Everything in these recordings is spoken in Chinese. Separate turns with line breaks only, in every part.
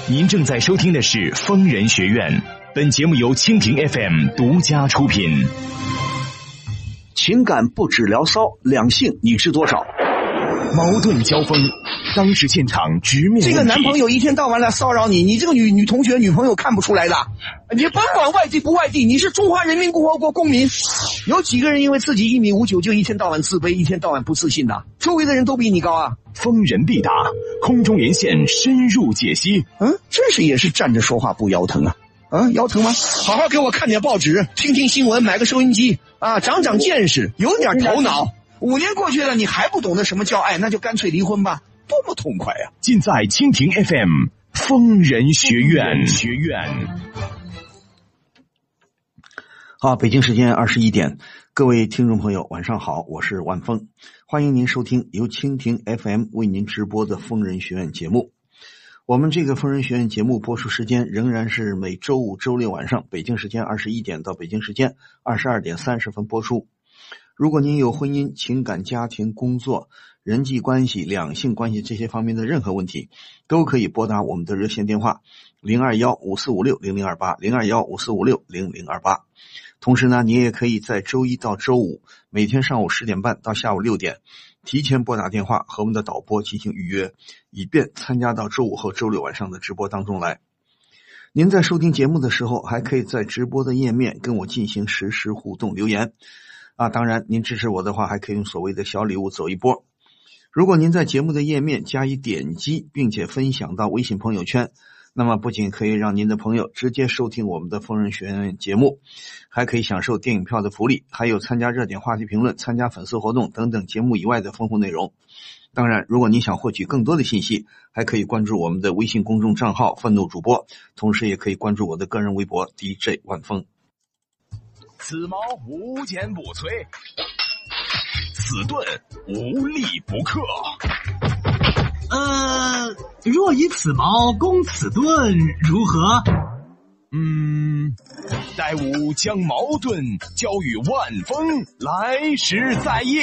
您正在收听的是疯人学院，本节目由蜻蜓 FM 独家出品。
情感不止聊骚，两性你知多少？
矛盾交锋，当时现场直面问题。
这个男朋友一天到晚来骚扰你，你这个女同学女朋友看不出来的。你甭管外地不外地，你是中华人民共和国公民。有几个人因为自己1.59米就一天到晚自卑，一天到晚不自信的？周围的人都比你高啊！
疯人必答，空中连线深入解析。
真是也是站着说话不腰疼啊！腰疼吗？好好给我看点报纸，听听新闻，买个收音机啊，长长见识，有点头脑。5年过去了，你还不懂得什么叫爱，那就干脆离婚吧，多么痛快啊！
尽在蜻蜓 FM 疯人学院。
好，北京时间21点，各位听众朋友晚上好，我是万峰，欢迎您收听由蜻蜓 FM 为您直播的疯人学院节目。我们这个疯人学院节目播出时间仍然是每周五周六晚上北京时间21点到北京时间22点30分播出。如果您有婚姻、情感、家庭、工作、人际关系、两性关系这些方面的任何问题，都可以拨打我们的热线电话021-5456-0028 021-5456-0028。同时呢，你也可以在周一到周五每天上午10点半到下午6点提前拨打电话和我们的导播进行预约，以便参加到周五和周六晚上的直播当中来。您在收听节目的时候，还可以在直播的页面跟我进行实时互动留言当然您支持我的话，还可以用所谓的小礼物走一波。如果您在节目的页面加以点击并且分享到微信朋友圈，那么不仅可以让您的朋友直接收听我们的疯人学院节目，还可以享受电影票的福利，还有参加热点话题评论、参加粉丝活动等等节目以外的丰富内容。当然，如果您想获取更多的信息，还可以关注我们的微信公众账号愤怒主播，同时也可以关注我的个人微博 DJ 万峰。
此矛无坚不摧，此盾无力不克。
若以此矛攻此盾，如何？
待吾将矛盾交与万峰，来时再议。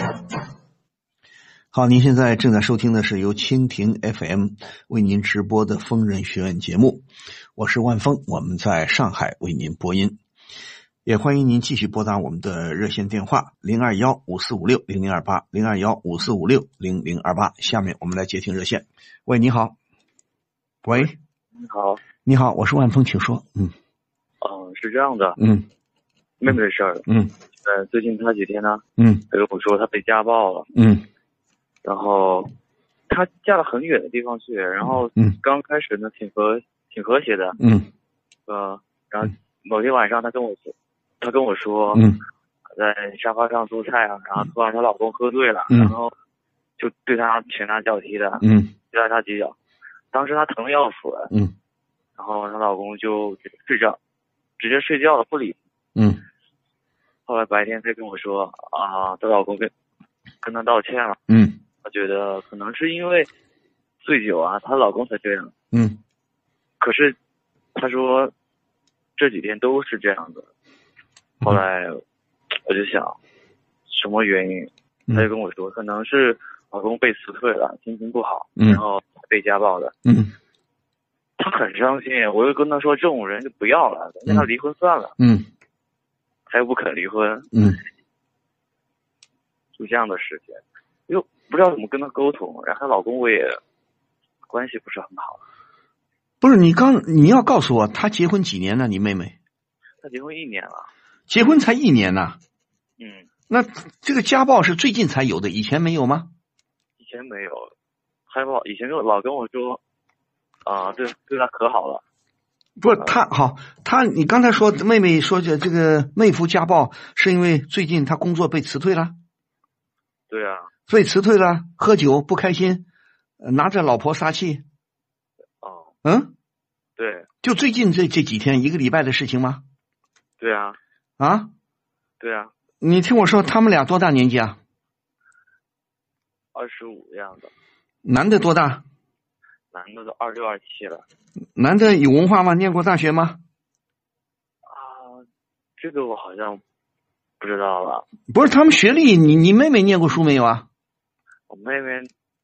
好，您现在正在收听的是由蜻蜓 FM 为您直播的疯人学院节目，我是万峰，我们在上海为您播音。也欢迎您继续拨打我们的热线电话021-5456-0028 021-5456-0028。下面我们来接听热线。喂，你好。喂，
你好。
你好，我是万峰，请说。
是这样的。妹妹的事儿。最近她几天呢，她跟我说她被家暴了。然后她嫁到很远的地方去，然后刚开始呢挺和谐的。然后某天晚上她跟我说，在沙发上做菜啊，然后突然她老公喝醉了，然后就对她拳打脚踢的，对她几脚，当时她疼得要死，然后她老公就直接睡觉了，不理。后来白天她跟我说她老公跟她道歉了，她觉得可能是因为醉酒啊，她老公才这样，可是她说这几天都是这样的。后来我就想什么原因，他就跟我说可能是老公被辞退了，心情不好，然后被家暴的。他很伤心，我又跟他说这种人就不要了，跟他离婚算了。他又不肯离婚。就这样的事情，又不知道怎么跟他沟通，然后她老公我也关系不是很好。
不是你要告诉我他结婚几年了？你妹妹？
他结婚1年了。
结婚才1年呢？那这个家暴是最近才有的，以前没有吗？
以前没有，还有以前就老跟我说对他可好了。
不是你刚才说妹妹说这个妹夫家暴是因为最近他工作被辞退了。
对啊，
被辞退了，喝酒不开心，拿着老婆撒气。
对，
就最近这几天1个礼拜的事情吗？
对啊。对啊。
你听我说，他们俩多大年纪啊
？25的样子。
男的多大？
男的都26、27了。
男的有文化吗？念过大学吗？
这个我好像不知道了。
不是，他们学历，你妹妹念过书没有啊？
我妹妹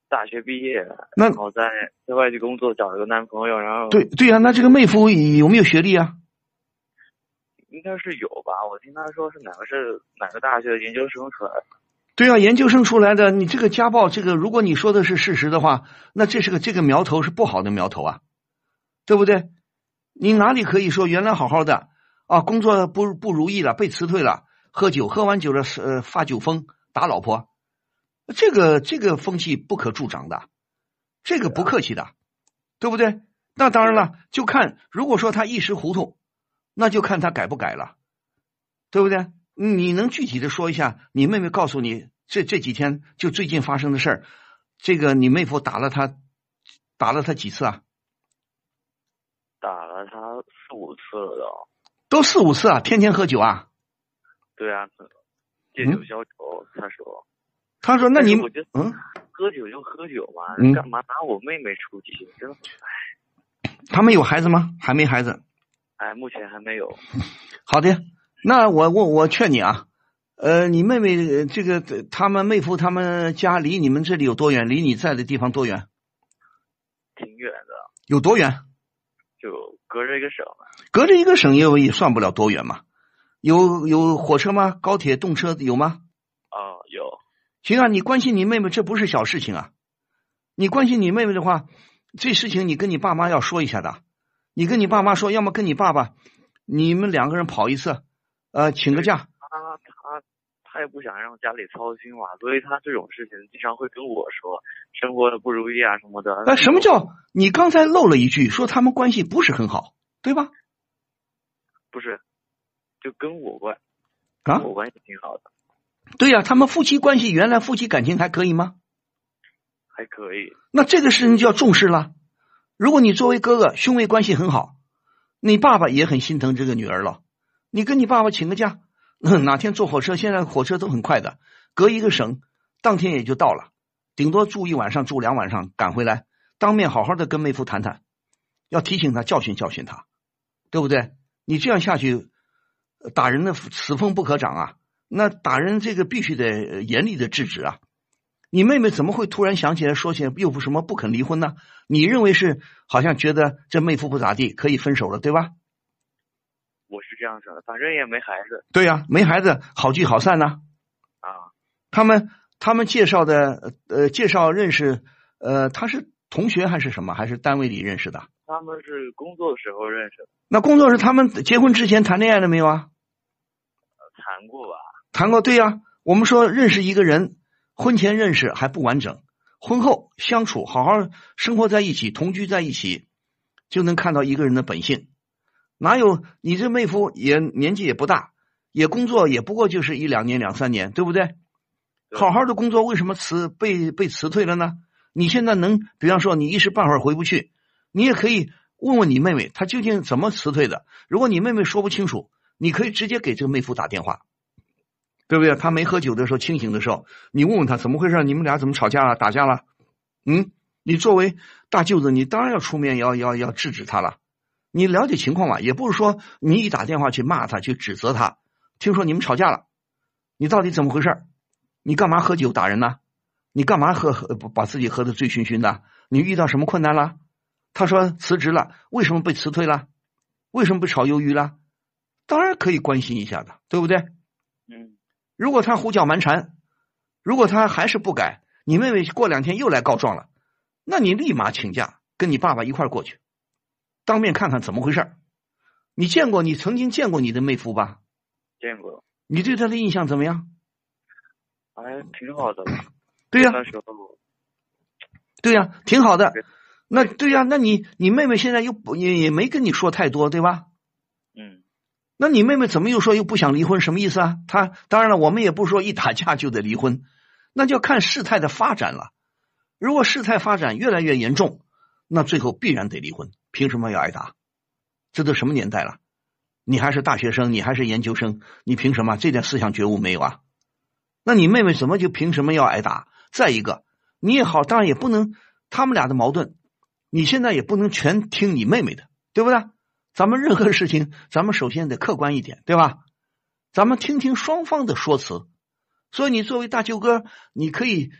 大学毕业，然后在外地工作，找了个男朋友，然后
对呀，那这个妹夫有没有学历啊？
应该是有吧，我听他说是哪个大学的研究生出来的。
对啊，研究生出来的，你这个家暴，这个如果你说的是事实的话，那这个苗头是不好的苗头啊，对不对？你哪里可以说原来好好的啊，工作不如意了，被辞退了，喝完酒了，发酒疯，打老婆，这个风气不可助长的，这个不客气的，对不对？那当然了，就看如果说他一时糊涂，那就看他改不改了，对不对？你能具体的说一下，你妹妹告诉你这几天就最近发生的事儿，这个你妹夫打了他几次啊？
打了他4、5次了
都4、5次啊？天天喝酒啊？
对啊，借酒消愁。
他说那你
我觉得喝酒就喝酒嘛，干嘛拿我妹妹出气？真的。
他们有孩子吗？还没孩子。
目前还没有。
好的。那我劝你啊，你妹妹这个他们妹夫他们家离你们这里有多远？离你在的地方多远？
挺远的。
有多远？
就隔着一个省。
隔着一个省也算不了多远嘛。有火车吗？高铁、动车有吗？
有。
行啊，你关心你妹妹这不是小事情啊。你关心你妹妹的话，这事情你跟你爸妈要说一下的。你跟你爸妈说，要么跟你爸爸，你们2个人跑一次。请个假。
他也不想让家里操心嘛，所以他这种事情经常会跟我说生活的不如意啊什么的。
什么叫你刚才漏了一句，说他们关系不是很好，对吧？
不是，就跟我关系挺好的。
对呀，他们夫妻关系原来夫妻感情还可以吗？
还可以。那
这个事情就要重视了。如果你作为哥哥兄妹关系很好，你爸爸也很心疼这个女儿了。你跟你爸爸请个假，哪天坐火车，现在火车都很快的，隔一个省，当天也就到了，顶多住1晚上，住2晚上，赶回来，当面好好的跟妹夫谈谈，要提醒他，教训他，对不对？你这样下去，打人的此风不可长啊！那打人这个必须得严厉的制止啊！你妹妹怎么会突然想起来说起来又不什么不肯离婚呢？你认为是好像觉得这妹夫不咋地，可以分手了，对吧？
我是这样想的，反正也没孩子。
对呀，没孩子，好聚好散呢。他们介绍认识，他是同学还是什么？还是单位里认识的？
他们是工作时候认识的。
那工作是他们结婚之前谈恋爱了没有啊？
谈过吧。
谈过，对呀。我们说认识一个人，婚前认识还不完整，婚后相处，好好生活在一起，同居在一起，就能看到一个人的本性。哪有你这妹夫也年纪也不大，也工作也不过就是1、2年、2、3年，对不对？好好的工作为什么被辞退了呢？你现在能，比方说你一时半会儿回不去，你也可以问问你妹妹，她究竟怎么辞退的。如果你妹妹说不清楚，你可以直接给这个妹夫打电话，对不对？他没喝酒的时候，清醒的时候，你问问他怎么回事，你们俩怎么吵架了、打架了？你作为大舅子，你当然要出面要制止他了。你了解情况嘛？也不是说你一打电话去骂他，去指责他。听说你们吵架了，你到底怎么回事？你干嘛喝酒打人呢？你干嘛把自己喝得醉醺醺的？你遇到什么困难了？他说辞职了，为什么被辞退了？为什么被炒鱿鱼了？当然可以关心一下的，对不对？如果他胡搅蛮缠，如果他还是不改，你妹妹过2天又来告状了，那你立马请假，跟你爸爸一块过去，当面看看怎么回事。你曾经见过你的妹夫吧？
见过。
你对他的印象怎么样？
挺好的。
对呀。
那时候。
对呀，挺好的。那对呀，那你妹妹现在也没跟你说太多，对吧？那你妹妹怎么又说又不想离婚，什么意思啊？当然了，我们也不是说一打架就得离婚，那就要看事态的发展了。如果事态发展越来越严重，那最后必然得离婚。凭什么要挨打？这都什么年代了？你还是大学生，你还是研究生，你凭什么这点思想觉悟没有啊？那你妹妹怎么就凭什么要挨打？再一个，你也好，当然也不能他们俩的矛盾，你现在也不能全听你妹妹的，对不对？咱们任何事情，咱们首先得客观一点，对吧？咱们听听双方的说辞。所以你作为大舅哥，你可以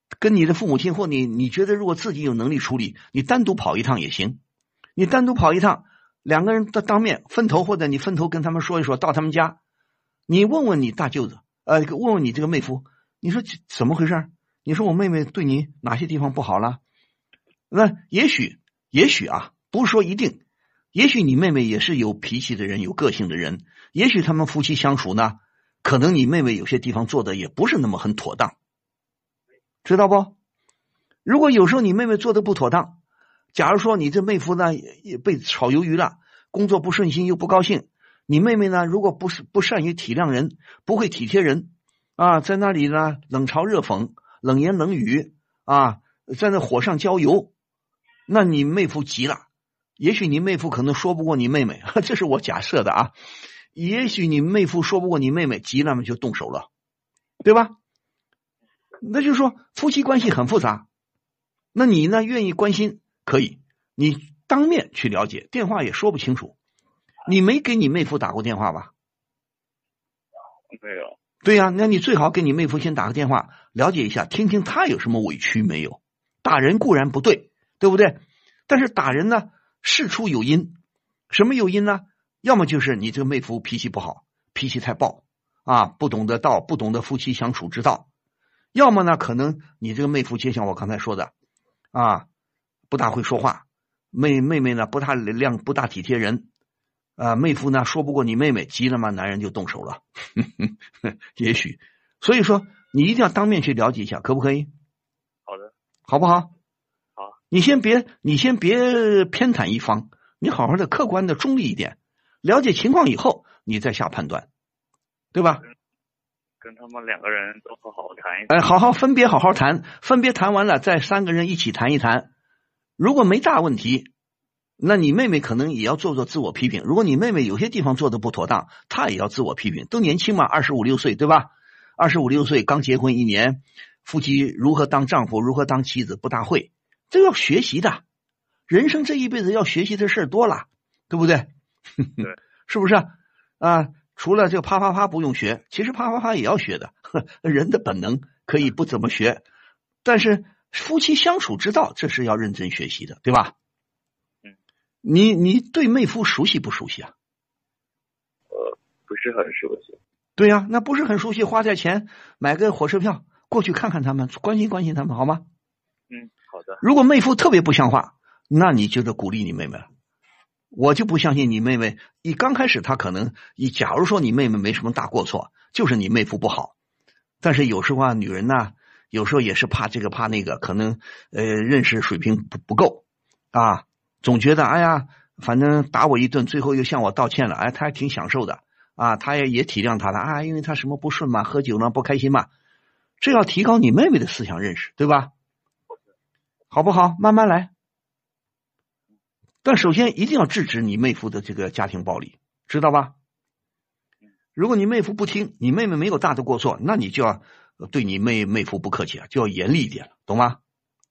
跟你的父母亲或你觉得如果自己有能力处理，你单独跑一趟也行。你单独跑一趟，两个人的当面分头，或者你分头跟他们说一说，到他们家，你问问你大舅子，问问你这个妹夫，你说怎么回事？你说我妹妹对你哪些地方不好了？那也许啊，不是说一定，也许你妹妹也是有脾气的人，有个性的人，也许他们夫妻相处呢，可能你妹妹有些地方做的也不是那么很妥当，知道不？如果有时候你妹妹做的不妥当，假如说你这妹夫呢也被炒鱿鱼了，工作不顺心又不高兴，你妹妹呢如果不善于体谅人，不会体贴人啊，在那里呢冷嘲热讽，冷言冷语啊，在那火上浇油，那你妹夫急了，也许你妹夫可能说不过你妹妹，这是我假设的啊，也许你妹夫说不过你妹妹，急了嘛就动手了，对吧？那就是说夫妻关系很复杂，那你呢愿意关心可以，你当面去了解，电话也说不清楚。你没给你妹夫打过电话吧？
没有。
对呀，那你最好给你妹夫先打个电话，了解一下，听听他有什么委屈没有。打人固然不对，对不对？但是打人呢，事出有因。什么有因呢？要么就是你这个妹夫脾气不好，脾气太暴啊，不懂得夫妻相处之道。要么呢，可能你这个妹夫就像我刚才说的啊，不大会说话，妹妹呢不大体贴人啊，妹夫呢说不过你妹妹，急了嘛，男人就动手了。也许，所以说你一定要当面去了解一下，可不可以？
好的，
好不好？
好，
你先别偏袒一方，你好好的客观的中立一点，了解情况以后你再下判断，对吧？
跟他们两个人都好好谈一谈。
好好谈，分别谈完了再三个人一起谈一谈，如果没大问题，那你妹妹可能也要做自我批评，如果你妹妹有些地方做的不妥当，她也要自我批评，都年轻嘛，25、26岁，对吧？25、26岁刚结婚1年，夫妻如何当丈夫如何当妻子不大会，这要学习的，人生这一辈子要学习的事多了，对不对？
对，
是不是啊？除了这个啪啪啪不用学，其实啪啪啪也要学的，人的本能可以不怎么学，但是夫妻相处之道这是要认真学习的，对吧？你对妹夫熟悉不熟悉啊？
不是很熟悉。
对呀，那不是很熟悉，花点钱买个火车票过去看看他们，关心关心他们，好吗？
好的。
如果妹夫特别不像话，那你就得鼓励你妹妹了。我就不相信你妹妹一刚开始她可能假如说你妹妹没什么大过错，就是你妹夫不好，但是有时候啊，女人呢有时候也是怕这个怕那个，可能认识水平不够啊，总觉得哎呀反正打我一顿最后又向我道歉了，哎他还挺享受的啊，他也体谅他的啊，因为他什么不顺嘛，喝酒了不开心嘛，这要提高你妹妹的思想认识，对吧？好不好？慢慢来。但首先一定要制止你妹夫的这个家庭暴力，知道吧？如果你妹夫不听，你妹妹没有大的过错，那你就要对你妹夫不客气啊，就要严厉一点了，懂吗？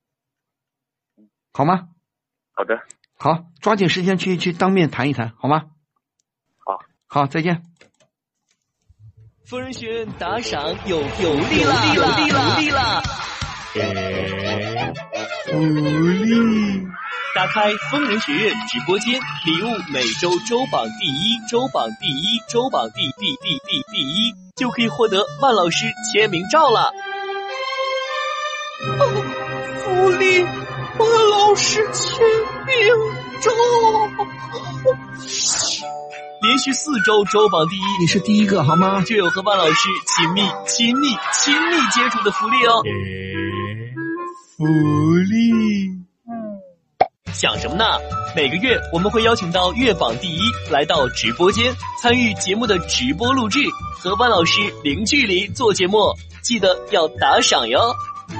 好吗？
好的。
好，抓紧时间去当面谈一谈，好吗？好，再见。
疯人学院打赏有福利啦！福利！打开疯人学院直播间，礼物每周周榜第一，第一，就可以获得万老师签名照了。福利，万老师签名照。连续4周周榜第一，
你是第一个好吗？
就有和万老师亲密接触的福利哦。福利。想什么呢？每个月我们会邀请到月榜第一来到直播间参与节目的直播录制，和万老师零距离做节目，记得要打赏哟。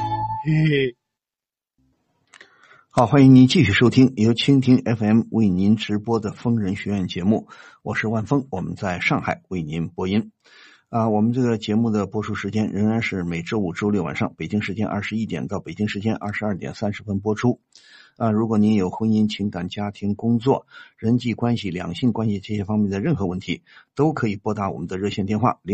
好，欢迎您继续收听由蜻蜓 FM 为您直播的疯人学院节目，我是万峰，我们在上海为您播音。我们这个节目的播出时间仍然是每周5、周6晚上北京时间21点到北京时间22点30分播出。 啊，如果您有婚姻、情感、家庭、工作、人际关系、两性关系这些方面的任何问题，都可以拨打我们的热线电话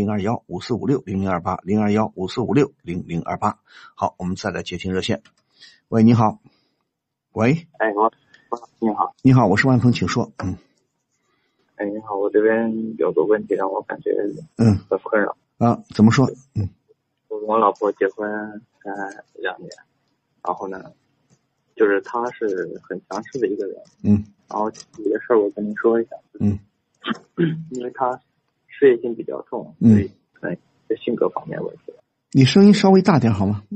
021-5456-0028，021-5456-0028。好，我们再来接听热线。喂，你好。喂。
哎，你好。
你好，我是万峰，请说。
哎，你好，我这边有个问题让我感觉很困扰。
啊，怎么说？
我跟我老婆结婚才2年，然后呢，就是她是很强势的一个人。然后有个事儿我跟您说一下。因为她事业心比较重，所以在性格方面问题。
你声音稍微大点好吗？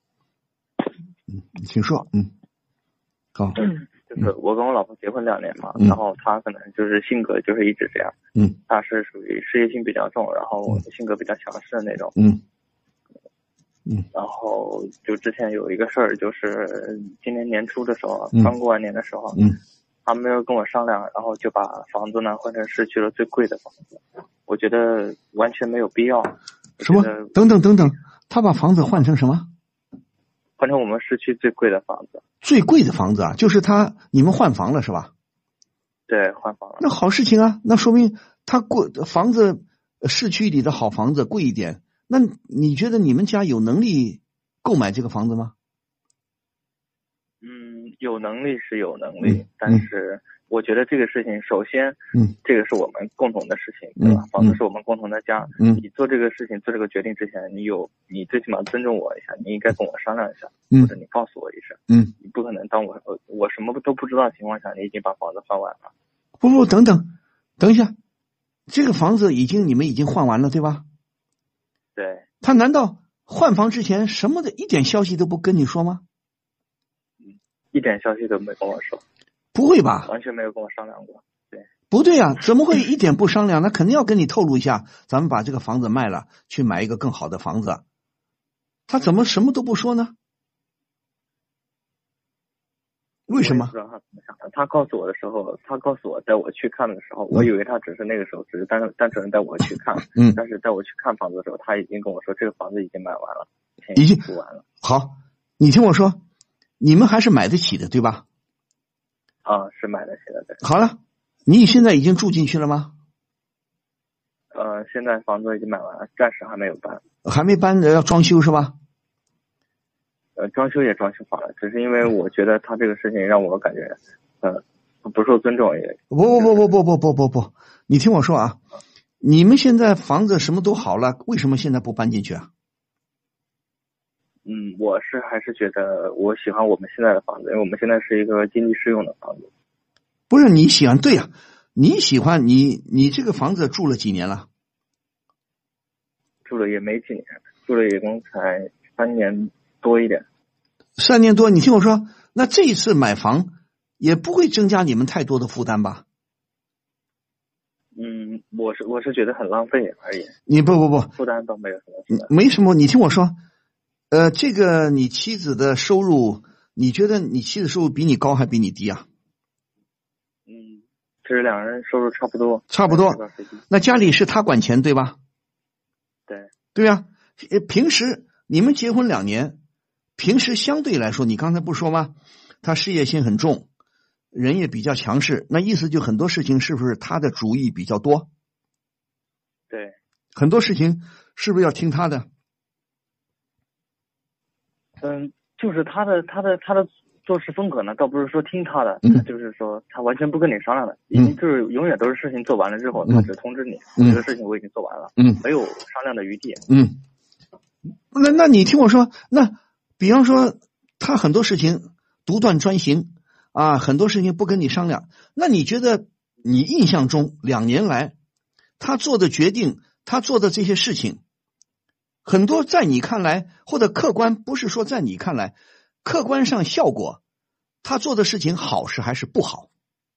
请说。好。
就是我跟我老婆结婚2年嘛，然后她可能就是性格就是一直这样。她是属于事业心比较重，然后性格比较强势的那种。然后就之前有一个事儿，就是今年年初的时候，刚过完年的时候，他没有跟我商量，然后就把房子呢换成市区了最贵的房子。我觉得完全没有必要。
什么？等等，他把房子换成什么？
换成我们市区最贵的房子。
最贵的房子啊，就是你们换房了是吧？
对，换房了。
那好事情啊，那说明他房子市区里的好房子贵一点。那你觉得你们家有能力购买这个房子吗？
有能力是有能力，但是我觉得这个事情，首先，这个是我们共同的事情，对吧？房子是我们共同的家。你做这个事情、做这个决定之前，你最起码尊重我一下，你应该跟我商量一下，或者你告诉我一声。你不可能当我什么都不知道的情况下，你已经把房子换完了。
不，等一下，这个房子你们已经换完了，对吧？
对。
他难道换房之前什么的一点消息都不跟你说吗？
一点消息都没跟我说。
不会吧？
完全没有跟我商量过。对。
不对啊，怎么会一点不商量？那肯定要跟你透露一下，咱们把这个房子卖了，去买一个更好的房子。他怎么什么都不说呢？为什么？
不知道他怎么想的。他告诉我的时候，他告诉我带我去看的时候，我以为他只是那个时候只是单纯带我去看。但是带我去看房子的时候，他已经跟我说这个房子已经买完了，钱已经付完了。
好，你听我说，你们还是买得起的，对吧？
是买得起的。对。
好了，你现在已经住进去了吗？
现在房子已经买完了，暂时还没有搬。
还没搬，要装修是吧？
装修也装修好了，只是因为我觉得他这个事情让我感觉，不受尊重也。
不，你听我说啊，你们现在房子什么都好了，为什么现在不搬进去啊？
我还是觉得我喜欢我们现在的房子，因为我们现在是一个经济适用的房子。
不是你喜欢，对呀，你喜欢你这个房子住了几年了？
住了也没几年，住了一共才3年多一点。
3年多，你听我说，那这一次买房也不会增加你们太多的负担吧？
我是觉得很浪费而已。
你不，
负担倒没有什么负担。
没什么，你听我说，这个你妻子的收入，你觉得你妻子收入比你高还比你低啊？
其实2人收入差不多。
差不多。那家里是他管钱对吧？
对。
对啊，平时你们结婚2年。平时相对来说，你刚才不说吗？他事业心很重，人也比较强势，那意思就很多事情是不是他的主意比较多？
对。
很多事情是不是要听他的？
就是他的做事风格呢，倒不是说听他的，就是说他完全不跟你商量的，已经就是永远都是事情做完了之后，他只通知你，这个事情我已经做完了，没有商量的余地。
那你听我说，那比方说他很多事情独断专行啊，很多事情不跟你商量，那你觉得你印象中2年来他做的决定，他做的这些事情，很多在你看来，或者客观，不是说在你看来，客观上效果，他做的事情好是还是不好？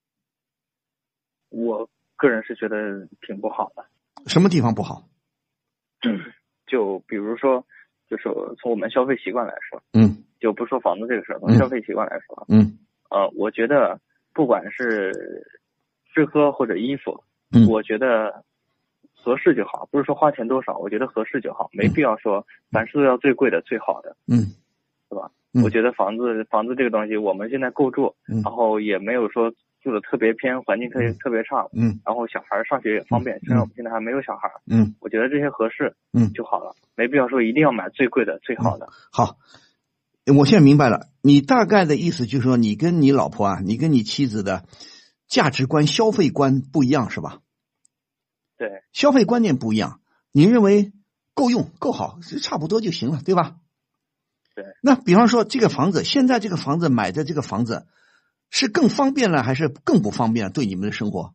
我个人是觉得挺不好的。
什么地方不好？
就比如说，就是从我们消费习惯来说，就不说房子这个事儿，从消费习惯来说，我觉得不管是吃喝或者衣服，我觉得合适就好，不是说花钱多少，我觉得合适就好，没必要说凡事都要最贵的、最好的，对吧？ 我觉得房子这个东西，我们现在够住，然后也没有说住的特别偏，环境特别差，然后小孩上学也方便，虽然我们现在还没有小孩，我觉得这些合适，就好了，没必要说一定要买最贵的、最好的。
好，我现在明白了，你大概的意思就是说，你跟你老婆啊，你跟你妻子的价值观、消费观不一样，是吧？
对，
消费观念不一样，你认为够用、够好，差不多就行了，对吧？
对。
那比方说这个房子，现在这个房子买的这个房子，是更方便了还是更不方便了？对你们的生活？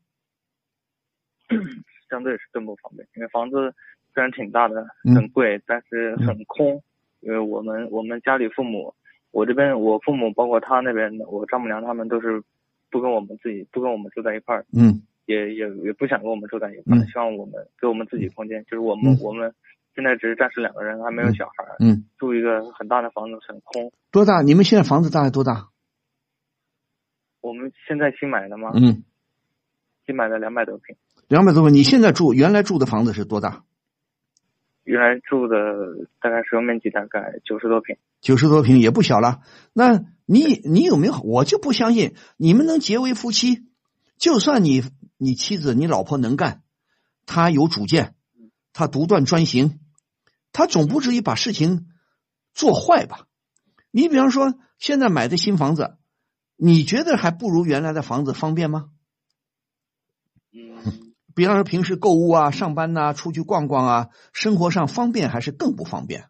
相对是更不方便，因为房子虽然挺大的，很贵，但是很空。因为我们家里父母，我这边我父母包括他那边的，我丈母娘他们都是不跟我们住在一块儿，也不想跟我们住在一块儿，希望我们给我们自己空间，就是我们现在只是暂时2个人，还没有小孩，住一个很大的房子很空。
多大？你们现在房子大概多大？
我们现在新买的吗？新买的200多平。
200多平，你现在原来住的房子是多大？
原来住的大概使用面积大概90多平。
90多平也不小了。那你有没有？我就不相信你们能结为夫妻，就算你妻子你老婆能干，她有主见，她独断专行，她总不至于把事情做坏吧？你比方说现在买的新房子，你觉得还不如原来的房子方便吗？比方说平时购物啊、上班啊、出去逛逛啊，生活上方便还是更不方便？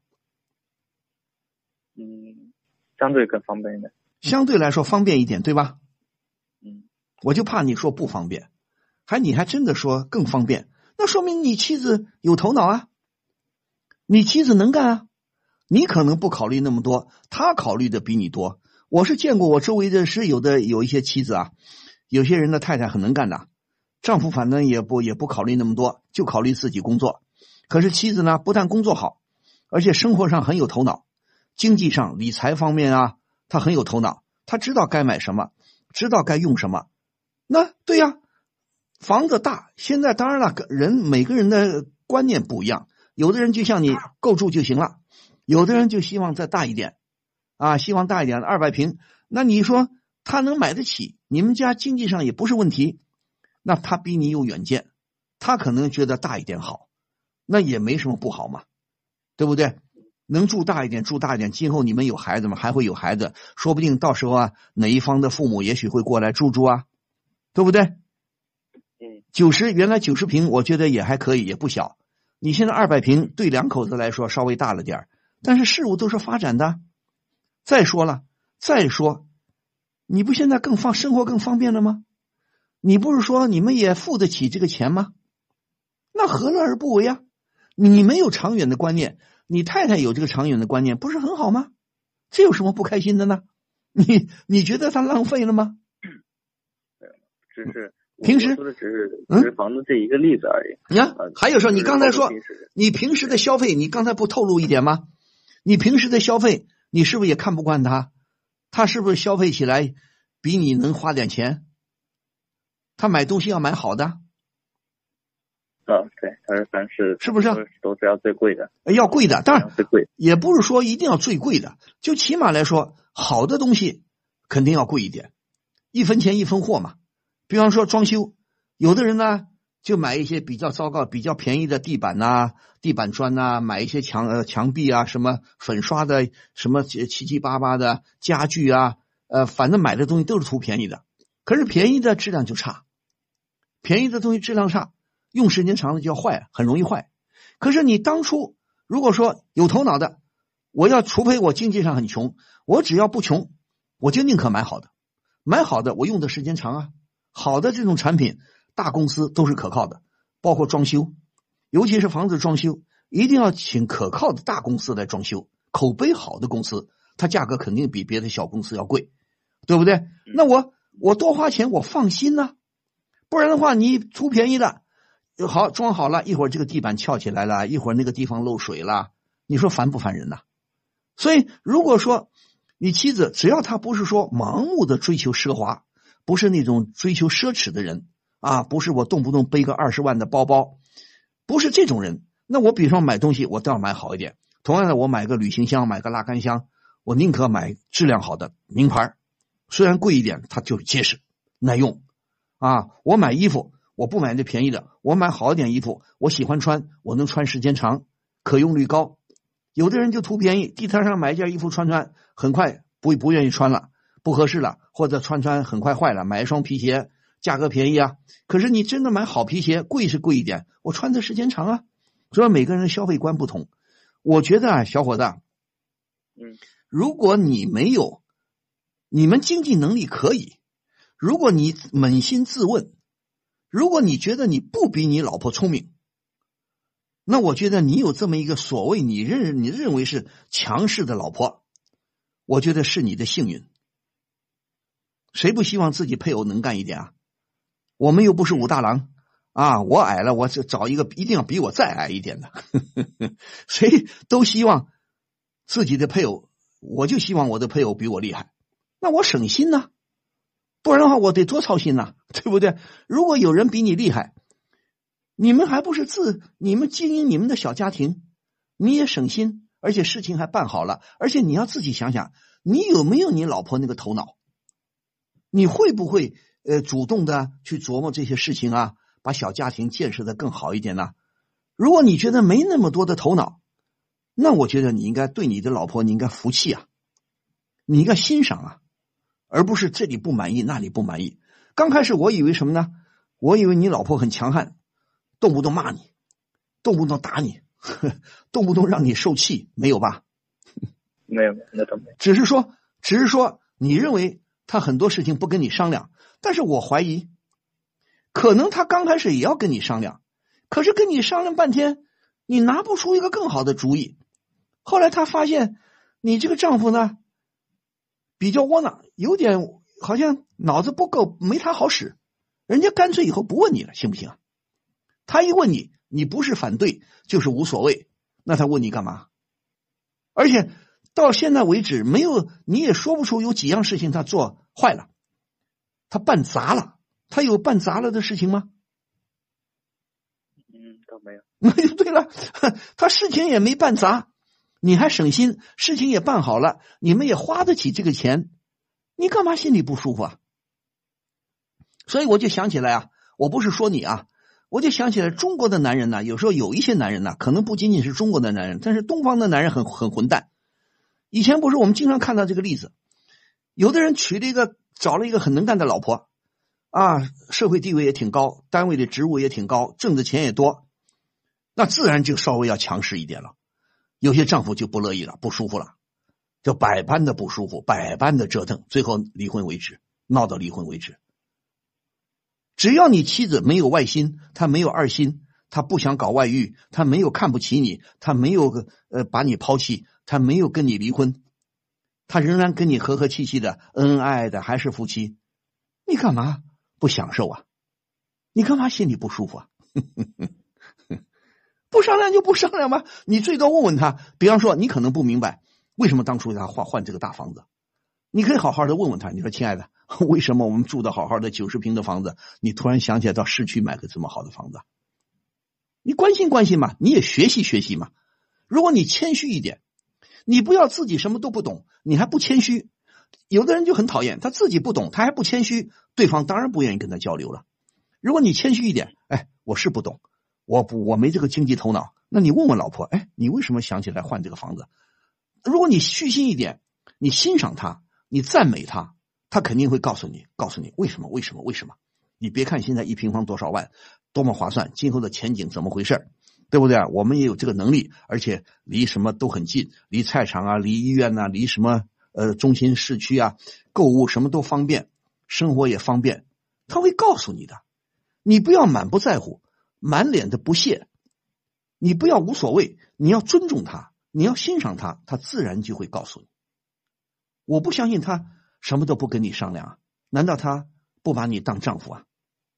相对更方便一点。
相对来说方便一点，对吧？我就怕你说不方便，你还真的说更方便，那说明你妻子有头脑啊，你妻子能干啊，你可能不考虑那么多，她考虑的比你多。我是见过我周围的是有一些妻子啊，有些人的太太很能干的。丈夫反正也不考虑那么多，就考虑自己工作。可是妻子呢，不但工作好，而且生活上很有头脑，经济上、理财方面啊，她很有头脑，她知道该买什么，知道该用什么。那对呀，房子大，现在当然了，每个人的观念不一样，有的人就像你够住就行了，有的人就希望再大一点啊，希望大一点的200平。那你说他能买得起，你们家经济上也不是问题。那他比你有远见，他可能觉得大一点好，那也没什么不好嘛，对不对？能住大一点，今后你们有孩子吗？还会有孩子，说不定到时候啊，哪一方的父母也许会过来住啊，对不对？原来90平，我觉得也还可以，也不小。你现在200平，对2口子来说稍微大了点，但是事物都是发展的。再说，你不现在生活更方便了吗？你不是说你们也付得起这个钱吗？那何乐而不为啊？你没有长远的观念，你太太有这个长远的观念，不是很好吗？这有什么不开心的呢？你觉得他浪费了吗？
只是
平时
只是房子这一个例子而已。
还有说你刚才说你平时的消费，你刚才不透露一点吗？你平时的消费，你是不是也看不惯他？他是不是消费起来比你能花点钱？他买东西要买好的。
对，凡是
不是
都是要最贵的？
要贵的，当然
最贵，
也不是说一定要最贵的，就起码来说，好的东西肯定要贵一点，1分钱1分货嘛。比方说装修，有的人呢就买一些比较糟糕、比较便宜的地板啊、地板砖啊，买一些墙壁啊，什么粉刷的，什么七七八八的家具啊，反正买的东西都是图便宜的。可是便宜的质量就差，便宜的东西质量差，用时间长了就要坏，很容易坏。可是你当初如果说有头脑的，除非我经济上很穷，我只要不穷，我就宁可买好的。买好的我用的时间长啊，好的这种产品大公司都是可靠的，包括装修，尤其是房子装修，一定要请可靠的大公司来装修，口碑好的公司，它价格肯定比别的小公司要贵，对不对？那我多花钱我放心啊，不然的话你图便宜的，好装好了，一会儿这个地板翘起来了，一会儿那个地方漏水了，你说烦不烦人呐？所以如果说你妻子只要她不是说盲目的追求奢华，不是那种追求奢侈的人啊，不是我动不动背个20万的包包，不是这种人，那我比方买东西我都要买好一点。同样的，我买个旅行箱，买个拉杆箱， 我宁可买质量好的名牌，虽然贵一点，它就是结实耐用啊。我买衣服，我不买那便宜的，我买好一点衣服，我喜欢穿，我能穿时间长，可用率高。有的人就图便宜，地摊上买一件衣服穿，很快不愿意穿了，不合适了，或者穿很快坏了，买一双皮鞋，价格便宜啊。可是你真的买好皮鞋，贵是贵一点，我穿的时间长啊。所以每个人的消费观不同。我觉得啊，小伙子，如果你们经济能力可以，如果你扪心自问，如果你觉得你不比你老婆聪明，那我觉得你有这么一个所谓你认为是强势的老婆，我觉得是你的幸运。谁不希望自己配偶能干一点啊？我们又不是武大郎啊！我矮了，我找一个一定要比我再矮一点的。谁都希望自己的配偶，我就希望我的配偶比我厉害，那我省心呢，不然的话我得多操心呢，对不对？如果有人比你厉害，你们还不是你们经营你们的小家庭，你也省心，而且事情还办好了，而且你要自己想想，你有没有你老婆那个头脑？你会不会主动的去琢磨这些事情啊，把小家庭建设的更好一点呢？如果你觉得没那么多的头脑，那我觉得你应该对你的老婆你应该服气啊，你应该欣赏啊，而不是这里不满意那里不满意。刚开始我以为什么呢？我以为你老婆很强悍，动不动骂你，动不动打你，动不动让你受气，没有吧？
没有，那倒没有。
只是说你认为他很多事情不跟你商量，但是我怀疑可能他刚开始也要跟你商量，可是跟你商量半天你拿不出一个更好的主意，后来他发现你这个丈夫呢比较窝囊，有点好像脑子不够，没他好使，人家干脆以后不问你了，行不行啊？他一问你，你不是反对就是无所谓，那他问你干嘛？而且到现在为止没有，你也说不出有几样事情他做坏了，他办砸了，他有办砸了的事情吗？
倒没有。
那就对了，他事情也没办砸，你还省心，事情也办好了，你们也花得起这个钱，你干嘛心里不舒服啊？所以我就想起来啊，我不是说你啊，我就想起来中国的男人呢，有时候有一些男人呢，可能不仅仅是中国的男人，但是东方的男人很混蛋。以前不是我们经常看到这个例子，有的人找了一个很能干的老婆啊，社会地位也挺高，单位的职务也挺高，挣的钱也多，那自然就稍微要强势一点了。有些丈夫就不乐意了，不舒服了，就百般的不舒服，百般的折腾，最后离婚为止，闹到离婚为止。只要你妻子没有外心，她没有二心，她不想搞外遇，她没有看不起你，她没有把你抛弃，她没有跟你离婚，她仍然跟你和和气气的，恩恩爱爱的，还是夫妻，你干嘛不享受啊？你干嘛心里不舒服啊？不商量就不商量吧，你最多问问他，比方说你可能不明白为什么当初他换这个大房子，你可以好好的问问他，你说亲爱的，为什么我们住的好好的90平的房子，你突然想起来到市区买个这么好的房子？你关心关心嘛，你也学习学习嘛。如果你谦虚一点，你不要自己什么都不懂，你还不谦虚。有的人就很讨厌，他自己不懂，他还不谦虚，对方当然不愿意跟他交流了。如果你谦虚一点，我是不懂，我没这个经济头脑，那你问问老婆，你为什么想起来换这个房子？如果你虚心一点，你欣赏他，你赞美他，他肯定会告诉你为什么。你别看现在1平方多少万，多么划算，今后的前景怎么回事，对不对？我们也有这个能力，而且离什么都很近，离菜场啊，离医院啊，离什么中心市区啊，购物什么都方便，生活也方便，他会告诉你的。你不要满不在乎，满脸的不屑，你不要无所谓，你要尊重他，你要欣赏他，他自然就会告诉你。我不相信他什么都不跟你商量啊，难道他不把你当丈夫啊？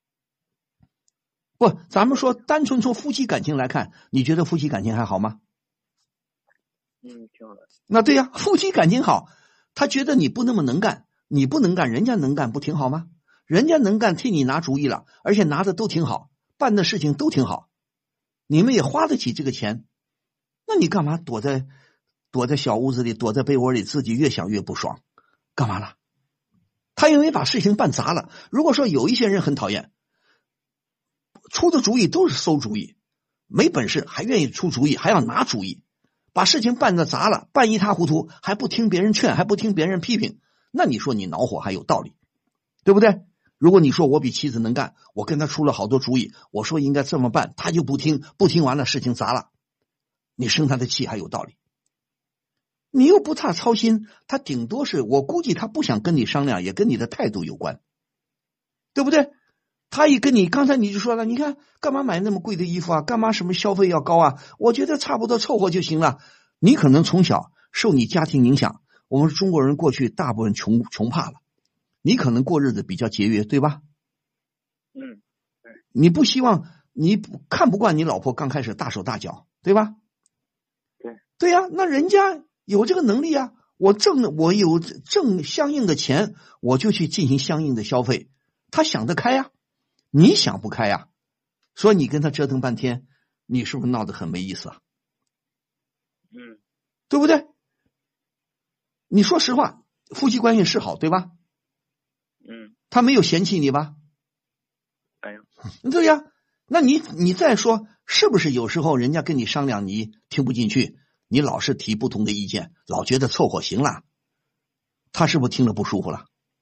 不，咱们说单纯从夫妻感情来看，你觉得夫妻感情还好吗？
挺好的。
那对呀，夫妻感情好，他觉得你不那么能干，你不能干，人家能干不挺好吗？人家能干替你拿主意了，而且拿的都挺好，办的事情都挺好，你们也花得起这个钱，那你干嘛躲在躲在小屋子里，躲在被窝里，自己越想越不爽，干嘛了？他因为把事情办砸了。如果说有一些人很讨厌，出的主意都是馊主意，没本事还愿意出主意，还要拿主意，把事情办得砸了，办一塌糊涂，还不听别人劝，还不听别人批评，那你说你恼火还有道理，对不对？如果你说我比妻子能干，我跟他出了好多主意，我说应该这么办，他就不听，不听完了事情砸了，你生他的气还有道理。你又不太操心，他顶多是我估计他不想跟你商量，也跟你的态度有关，对不对？他一跟你，刚才你就说了，你看干嘛买那么贵的衣服啊，干嘛什么消费要高啊，我觉得差不多凑合就行了。你可能从小受你家庭影响，我们中国人过去大部分穷怕了，你可能过日子比较节约，对吧？
对。
你不希望，你看不惯你老婆刚开始大手大脚，对吧？对呀，那人家有这个能力啊，我有挣相应的钱，我就去进行相应的消费，他想得开呀，你想不开呀，所以你跟他折腾半天，你是不是闹得很没意思啊？对不对？你说实话，夫妻关系是好，对吧？他没有嫌弃你吧？
没有。
对呀，那你再说，是不是有时候人家跟你商量你听不进去，你老是提不同的意见，老觉得凑合行了，他是不是听了不舒服了？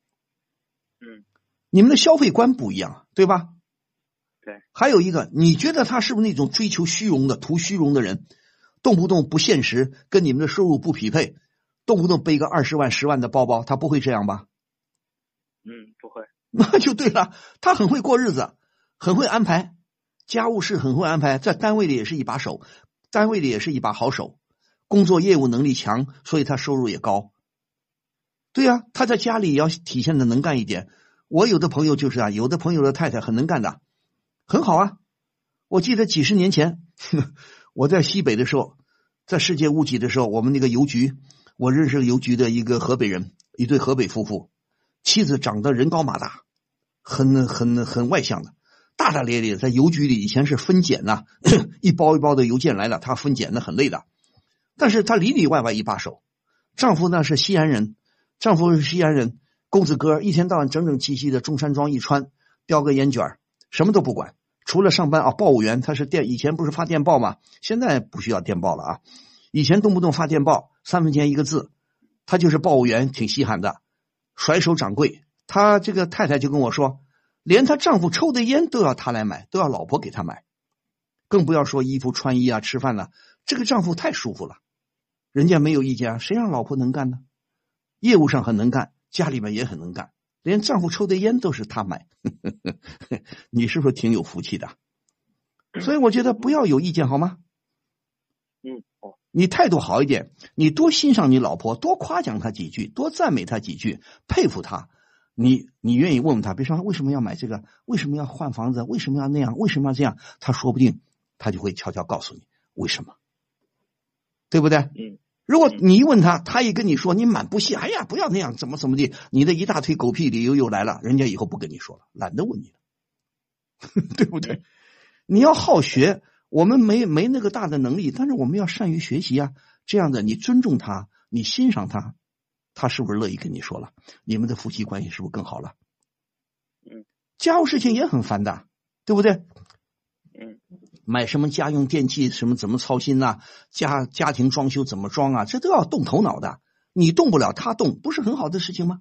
你们的消费观不一样，对吧？
对。还
有一个，你觉得他是不是那种追求虚荣的、图虚荣的人，动不动不现实，跟你们的收入不匹配，动不动背个20万、10万的包包，他不会这样吧？
不会。
那就对了，他很会过日子，很会安排家务事，很会安排，在单位里也是一把手，单位里也是一把好手，工作业务能力强，所以他收入也高。对呀，他在家里也要体现的能干一点。我有的朋友就是啊，有的朋友的太太很能干的，很好啊。我记得几十年前我在西北的时候，在世界屋脊的时候，我们那个邮局，我认识邮局的一个河北人，一对河北夫妇，妻子长得人高马大，很外向的，大大咧咧，在邮局里以前是分拣呐，一包一包的邮件来了，他分拣的很累的，但是他里里外外一把手。丈夫呢是西安人，公子哥，一天到晚整整齐齐的中山装一穿，叼个烟卷，什么都不管，除了上班啊，报务员，他是以前不是发电报吗？现在不需要电报了啊，以前动不动发电报3分钱一个字，他就是报务员，挺稀罕的，甩手掌柜。他这个太太就跟我说，连她丈夫抽的烟都要他来买，都要老婆给他买，更不要说衣服穿衣啊、吃饭了，这个丈夫太舒服了，人家没有意见啊，谁让老婆能干呢？业务上很能干，家里面也很能干，连丈夫抽的烟都是他买你是不是挺有福气的？所以我觉得不要有意见好吗？你态度好一点，你多欣赏你老婆，多夸奖她几句，多赞美她几句，佩服她，你愿意问问她，别说为什么要买这个，为什么要换房子，为什么要那样，为什么要这样，她说不定她就会悄悄告诉你为什么，对不对？如果你一问他，他一跟你说你满不屑，哎呀不要那样，怎么的，你的一大堆狗屁理由又来了，人家以后不跟你说了，懒得问你了对不对？你要好学，我们没那个大的能力，但是我们要善于学习啊，这样的你尊重他，你欣赏他，他是不是乐意跟你说了？你们的夫妻关系是不是更好了？家务事情也很烦的，对不对？买什么家用电器，什么怎么操心啊，家庭装修怎么装啊，这都要动头脑的，你动不了他动，不是很好的事情吗？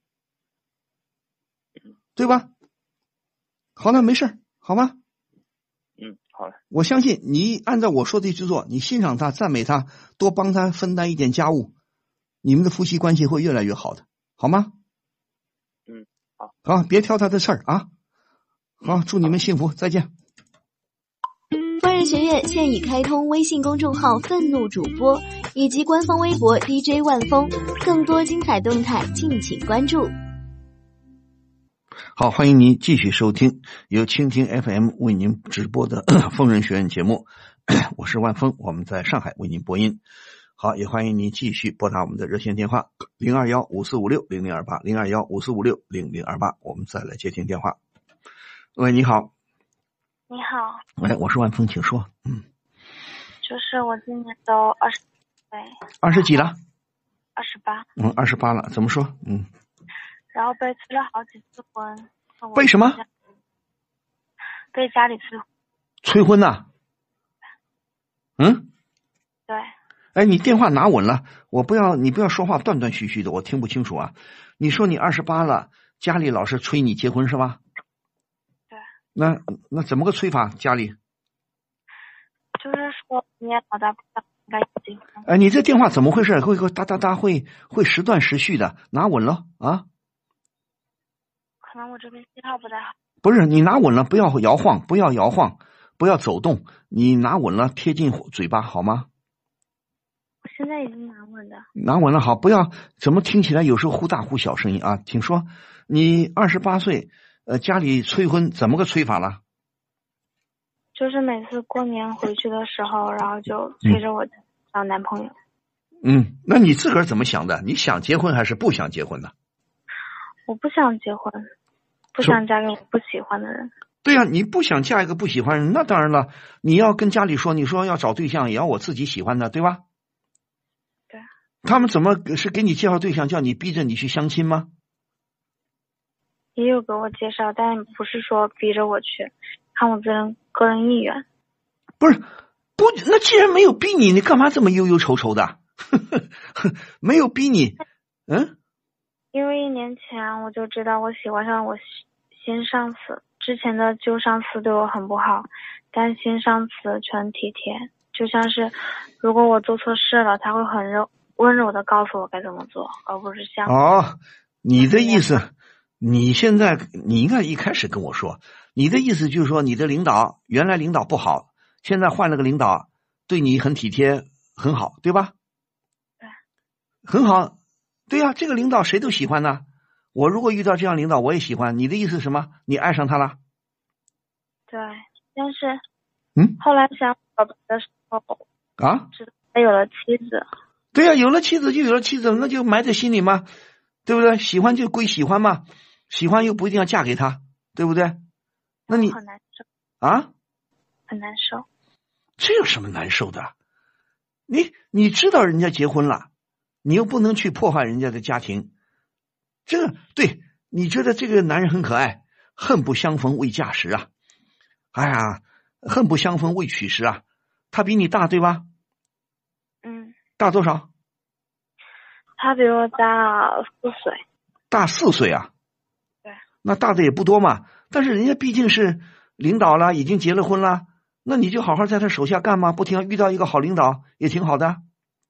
对吧？好了，没事好吗？
好了。
我相信你按照我说的去做，你欣赏他，赞美他，多帮他分担一点家务，你们的夫妻关系会越来越好的，好吗？好，别挑他的刺儿啊。好，祝你们幸福，再见。
疯人学院现已开通微信公众号愤怒主播以及官方微博 DJ 万峰，更多精彩动态敬请关注。
好，欢迎您继续收听由蜻蜓 FM 为您直播的疯人学院节目我是万峰，我们在上海为您播音。好，也欢迎您继续拨打我们的热线电话02154560028 02154560028，我们再来接听电话。喂，你好。
你好。
喂，我是万峰，请说。
就是我今年都对。
20几了
？28。
28了，怎么说？
然后被催了好几次婚。
被什么？
被家里催婚。
催婚呐？
对。
哎，你电话拿稳了，你不要说话断断续续的，我听不清楚啊。你说你28了，家里老是催你结婚是吧？
对。
那怎么个催法？家里？
就是说你也老大不应该结婚。
哎，你这电话怎么回事？会哒哒哒会时断时续的，拿稳了啊。
可能我这边信号不太好。
不是，你拿稳了，不要摇晃，不要走动，你拿稳了，贴近嘴巴好吗？
我现在已经拿稳了。
拿稳了，好，不要怎么听起来有时候忽大忽小声音啊？请说，你28岁，家里催婚，怎么个催法了？
就是每次过年回去的时候，然后就催着我找男朋友。
那你自个儿怎么想的？你想结婚还是不想结婚呢？
我不想结婚，不想嫁给我不喜欢的人。
对呀，你不想嫁一个不喜欢人，那当然了，你要跟家里说，你说要找对象也要我自己喜欢的，对吧？
对。
他们怎么是给你介绍对象，叫你逼着你去相亲吗？
也有给我介绍，但不是说逼着我去，看我个人意愿。
不，那既然没有逼你，你干嘛这么忧忧愁愁的？没有逼你，
因为1年前我就知道我喜欢上我新上司，之前的旧上司对我很不好，但新上司全体贴，就像是如果我做错事了，他会很温柔的告诉我该怎么做，而不是像
你的意思，你应该一开始跟我说，你的意思就是说你的原来领导不好，现在换了个领导对你很体贴很好，对吧？
对。
很好。对呀，这个领导谁都喜欢呢。我如果遇到这样领导，我也喜欢。你的意思是什么？你爱上他了？
对，但是后来想表白的时候知道他有了妻子。
对呀，有了妻子就有了妻子，那就埋在心里嘛，对不对？喜欢就归喜欢嘛，喜欢又不一定要嫁给他，对不对？那你
很难受很难受。
这有什么难受的？你知道人家结婚了，你又不能去破坏人家的家庭，对，你觉得这个男人很可爱，恨不相逢未嫁时啊！哎呀，恨不相逢未娶时啊！他比你大对吧？大多少？
他比我大4岁。
大4岁啊？
对。
那大的也不多嘛，但是人家毕竟是领导了，已经结了婚了，那你就好好在他手下干嘛，不停遇到一个好领导也挺好的。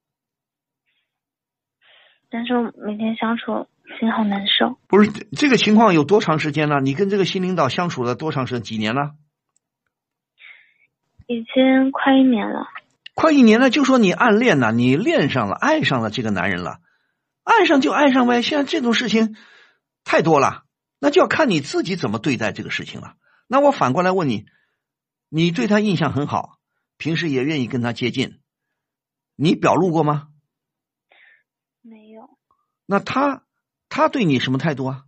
但是我每天相处心好难受。
不是这个情况有多长时间了？你跟这个新领导相处了多长时间？几年了？
已经快1年了。
快1年了，就说你暗恋了，你恋上了，爱上了这个男人了，爱上就爱上呗。现在这种事情太多了，那就要看你自己怎么对待这个事情了。那我反过来问你，你对他印象很好，平时也愿意跟他接近，你表露过吗？
没有。
那他对你什么态度啊？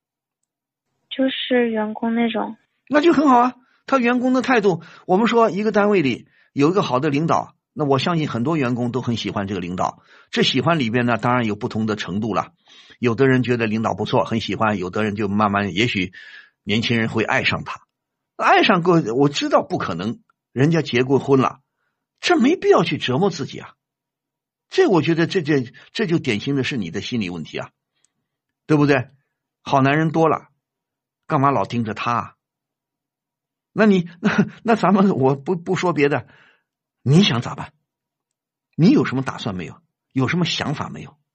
就是员工那种。
那就很好啊，他员工的态度，我们说一个单位里有一个好的领导，那我相信很多员工都很喜欢这个领导。这喜欢里边呢，当然有不同的程度了。有的人觉得领导不错，很喜欢；有的人就慢慢，也许年轻人会爱上他。爱上过，我知道不可能，人家结过婚了，这没必要去折磨自己啊。这我觉得这就典型的是你的心理问题啊，对不对？好男人多了，干嘛老盯着他啊？那咱们我不说别的，你想咋办？你有什么打算没有？有什么想法没有？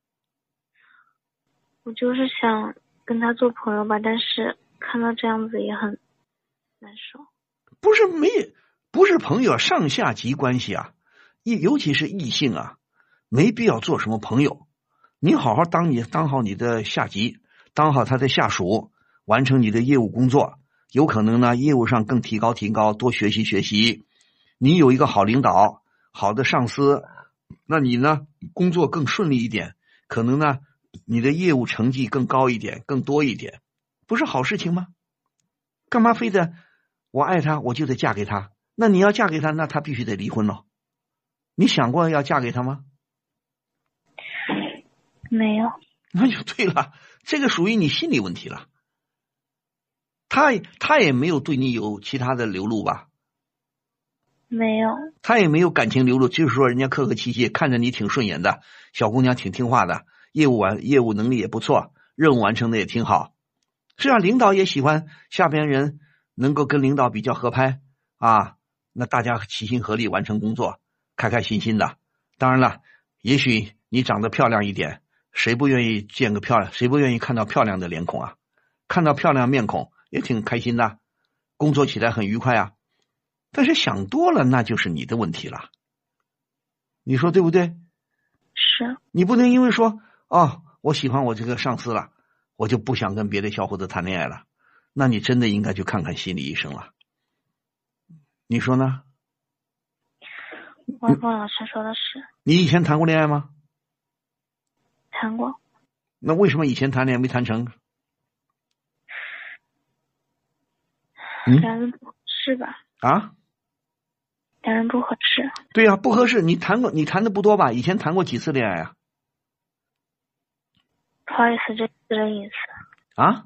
我就是想跟他做朋友吧，但是看到这样子也很难受。
不是朋友，上下级关系啊，尤其是异性啊，没必要做什么朋友。你好好当好你的下级，当好他的下属，完成你的业务工作。有可能呢，业务上更提高，多学习。你有一个好领导，好的上司，那你呢，工作更顺利一点，可能呢，你的业务成绩更高一点，更多一点，不是好事情吗？干嘛非得我爱他，我就得嫁给他？那你要嫁给他，那他必须得离婚了。你想过要嫁给他吗？
没有。
那就对了，这个属于你心理问题了。他也没有对你有其他的流露吧？
没有。
他也没有感情流露，就是说人家客客气气，看着你挺顺眼的，小姑娘挺听话的，业务能力也不错，任务完成的也挺好。是啊，领导也喜欢下边人能够跟领导比较合拍啊，那大家齐心合力完成工作，开开心心的。当然了，也许你长得漂亮一点，谁不愿意见个漂亮？谁不愿意看到漂亮的脸孔啊？看到漂亮面孔也挺开心的，工作起来很愉快啊。但是想多了，那就是你的问题了。你说对不对？
是。
你不能因为说我喜欢我这个上司了，我就不想跟别的小伙子谈恋爱了。那你真的应该去看看心理医生了。你说呢？
我跟老师说的是。
你以前谈过恋爱吗？
谈过。
那为什么以前谈恋爱没谈成？
两人不合适吧？
啊？
两人不合适。
对呀，不合适。你谈的不多吧？以前谈过几次恋爱啊？
不好意思，这私人隐私。
啊？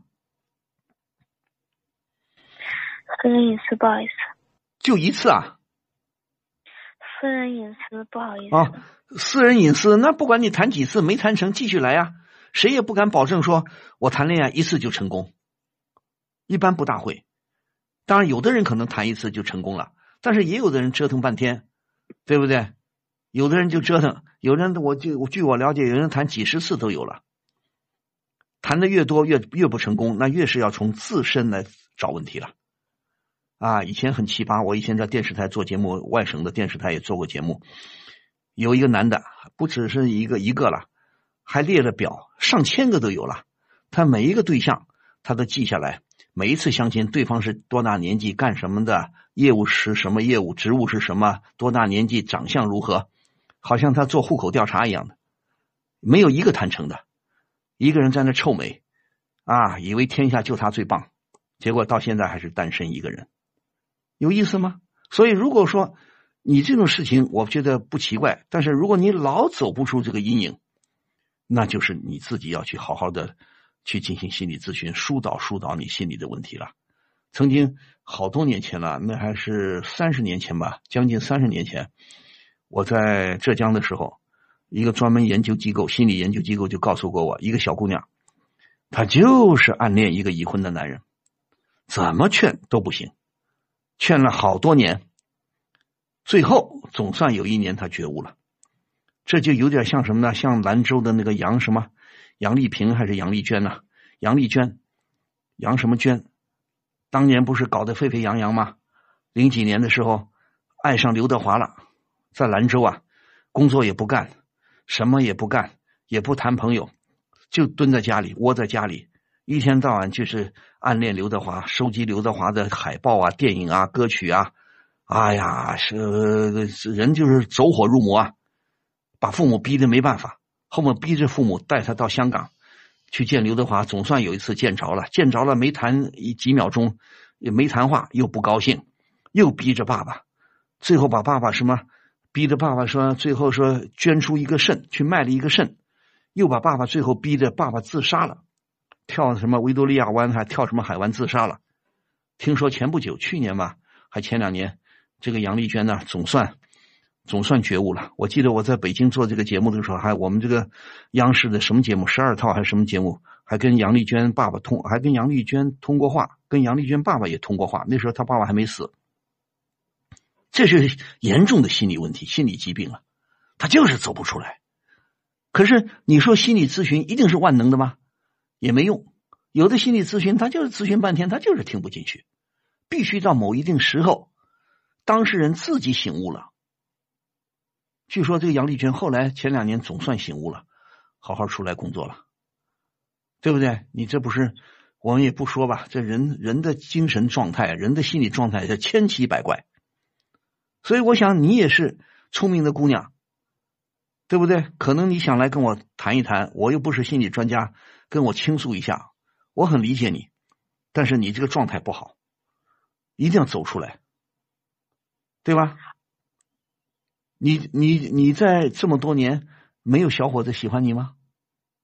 私人隐私，不好意思。
就一次啊？
私人隐私，不好意思。
私人隐私，那不管你谈几次没谈成，继续来呀。谁也不敢保证说我谈恋爱一次就成功，一般不大会。当然有的人可能谈一次就成功了，但是也有的人折腾半天，对不对？有的人就折腾，有人据我了解，有人谈几十次都有了。谈的越多越不成功，那越是要从自身来找问题了。以前很奇葩，我以前在电视台做节目，外省的电视台也做过节目，有一个男的，不只是一个了，还列了表，上千个都有了。他每一个对象他都记下来，每一次相亲对方是多大年纪，干什么的，业务是什么业务，职务是什么，多大年纪，长相如何，好像他做户口调查一样的，没有一个谈成的。一个人在那臭美以为天下就他最棒，结果到现在还是单身一个人，有意思吗？所以如果说你这种事情我觉得不奇怪，但是如果你老走不出这个阴影，那就是你自己要去好好的去进行心理咨询，疏导你心理的问题了。曾经好多年前了，那还是30年前吧，将近30年前，我在浙江的时候，一个专门研究机构，心理研究机构就告诉过我，一个小姑娘，她就是暗恋一个已婚的男人，怎么劝都不行，劝了好多年，最后总算有一年她觉悟了。这就有点像什么呢？像兰州的那个杨丽萍还是杨丽娟呢？杨丽娟，杨什么娟，当年不是搞得沸沸扬扬吗？00几年的时候爱上刘德华了，在兰州工作也不干，什么也不干，也不谈朋友，就蹲在家里，窝在家里，一天到晚就是暗恋刘德华，收集刘德华的海报电影歌曲人就是走火入魔把父母逼得没办法，后面逼着父母带他到香港去见刘德华，总算有一次见着了，没谈几秒钟，也没谈话，又不高兴，又逼着爸爸，最后把爸爸逼着爸爸最后说捐出一个肾，去卖了一个肾，又把爸爸最后逼着爸爸自杀了，跳什么维多利亚湾，还跳什么海湾自杀了。听说前不久，去年吧，还前2年，这个杨丽娟呢，总算觉悟了。我记得我在北京做这个节目的时候，还我们这个央视的什么节目12套还是什么节目，还跟杨丽娟爸爸还跟杨丽娟通过话，跟杨丽娟爸爸也通过话，那时候他爸爸还没死。这是严重的心理问题，心理疾病了，他就是走不出来。可是你说心理咨询一定是万能的吗？也没用。有的心理咨询他就是咨询半天，他就是听不进去，必须到某一定时候当事人自己醒悟了。据说这个杨丽娟后来前2年总算醒悟了，好好出来工作了，对不对？你这不是，我们也不说吧，这人的精神状态，人的心理状态是千奇百怪。所以我想你也是聪明的姑娘，对不对？可能你想来跟我谈一谈，我又不是心理专家，跟我倾诉一下，我很理解你，但是你这个状态不好，一定要走出来，对吧？你在这么多年没有小伙子喜欢你吗？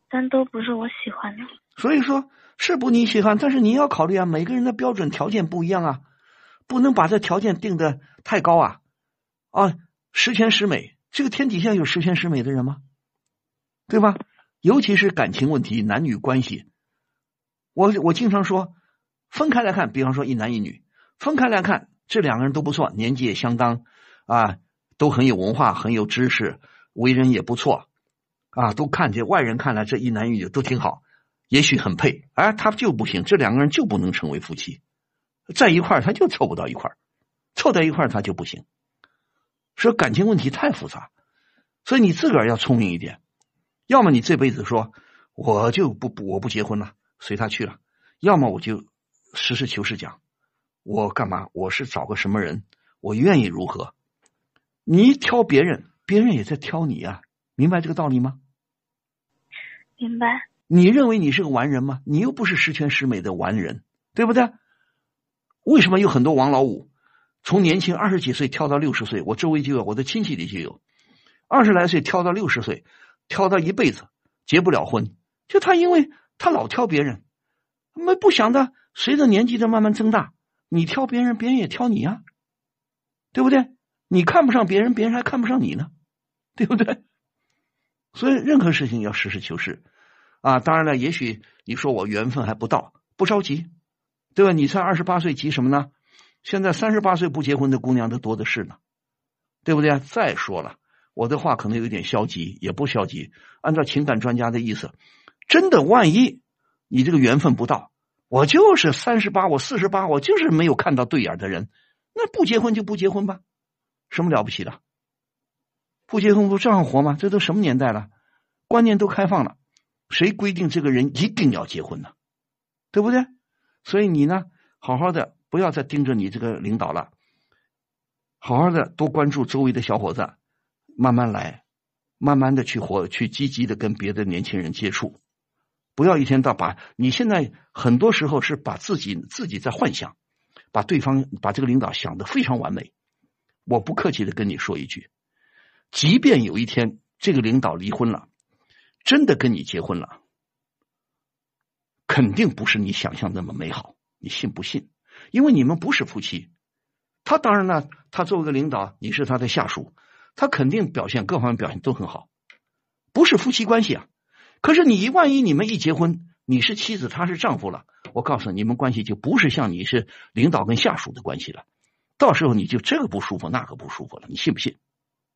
但都不是我喜欢的。
所以说是不你喜欢，但是你要考虑啊，每个人的标准条件不一样啊，不能把这条件定得太高啊。十全十美，这个天底下有十全十美的人吗？对吧？尤其是感情问题，男女关系，我经常说，分开来看，比方说一男一女，分开来看，这两个人都不错，年纪也相当啊，都很有文化，很有知识，为人也不错啊，都看见外人看来这一男一女都挺好，也许很配，他就不行，这两个人就不能成为夫妻，在一块儿他就凑不到一块儿，凑在一块儿他就不行。说感情问题太复杂，所以你自个儿要聪明一点，要么你这辈子说我不结婚了，随他去了，要么我就实事求是讲，我干嘛？我是找个什么人，我愿意如何？你挑别人，别人也在挑你啊，明白这个道理吗？
明白。
你认为你是个完人吗？你又不是十全十美的完人，对不对？为什么有很多王老五从年轻20几岁跳到60岁？我周围就有，我的亲戚里就有，20来岁跳到60岁，跳到一辈子结不了婚，就他因为他老挑别人，不想的，随着年纪的慢慢增大，你挑别人，别人也挑你啊，对不对？你看不上别人，别人还看不上你呢，对不对？所以任何事情要实事求是啊。当然了，也许你说我缘分还不到，不着急，对吧？你才28岁急什么呢？现在38岁不结婚的姑娘都多的是呢，对不对？再说了，我的话可能有点消极，也不消极。按照情感专家的意思，真的万一你这个缘分不到，我就是38，我48，我就是没有看到对眼的人，那不结婚就不结婚吧，什么了不起的？不结婚不照样活吗？这都什么年代了，观念都开放了，谁规定这个人一定要结婚呢？对不对？所以你呢，好好的不要再盯着你这个领导了，好好的多关注周围的小伙子，慢慢来，慢慢的去积极的跟别的年轻人接触，不要一天到把你现在很多时候是把自己在幻想，把这个领导想得非常完美。我不客气的跟你说一句，即便有一天这个领导离婚了，真的跟你结婚了，肯定不是你想象那么美好，你信不信？因为你们不是夫妻，他当然了，他作为个领导，你是他的下属，他肯定各方面表现都很好，不是夫妻关系啊。可是万一你们一结婚，你是妻子，他是丈夫了，我告诉你们关系就不是像你是领导跟下属的关系了，到时候你就这个不舒服那个不舒服了，你信不信？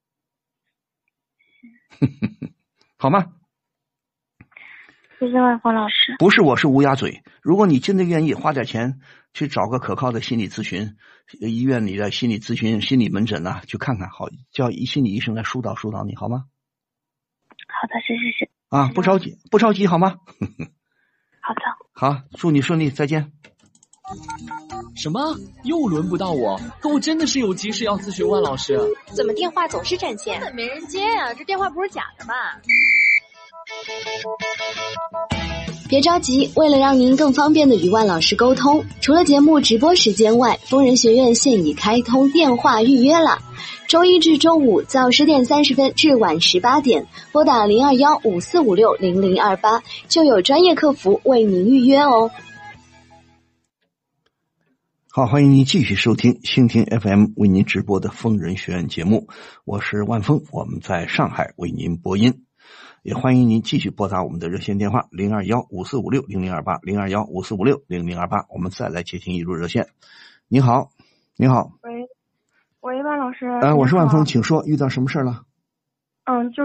好吗？
谢谢万峰老师。
不是我是乌鸦嘴，如果你真的愿意花点钱去找个可靠的心理咨询医院里的心理咨询心理门诊啊，去看看，好，叫心理医生来疏导你好吗？
好的，谢谢
啊，不着急好吗？
好的，
好，祝你顺利，再见。
什么？又轮不到我？可我真的是有急事要咨询万老师。
怎么电话总是占线？
根本没人接呀，这电话不是假的吧？
别着急，为了让您更方便的与万老师沟通，除了节目直播时间外，疯人学院现已开通电话预约了。周一至周五早10点30分至晚18点，拨打021-5456-0028，就有专业客服为您预约哦。
好，欢迎您继续收听蜻蜓 FM 为您直播的疯人学院节目，我是万峰，我们在上海为您播音。也欢迎您继续拨打我们的热线电话021-5456-0028 021-5456-0028，我们再来接听一路热线。你好。
喂，万老师。
我是万峰，请说，遇到什么事了？
就是，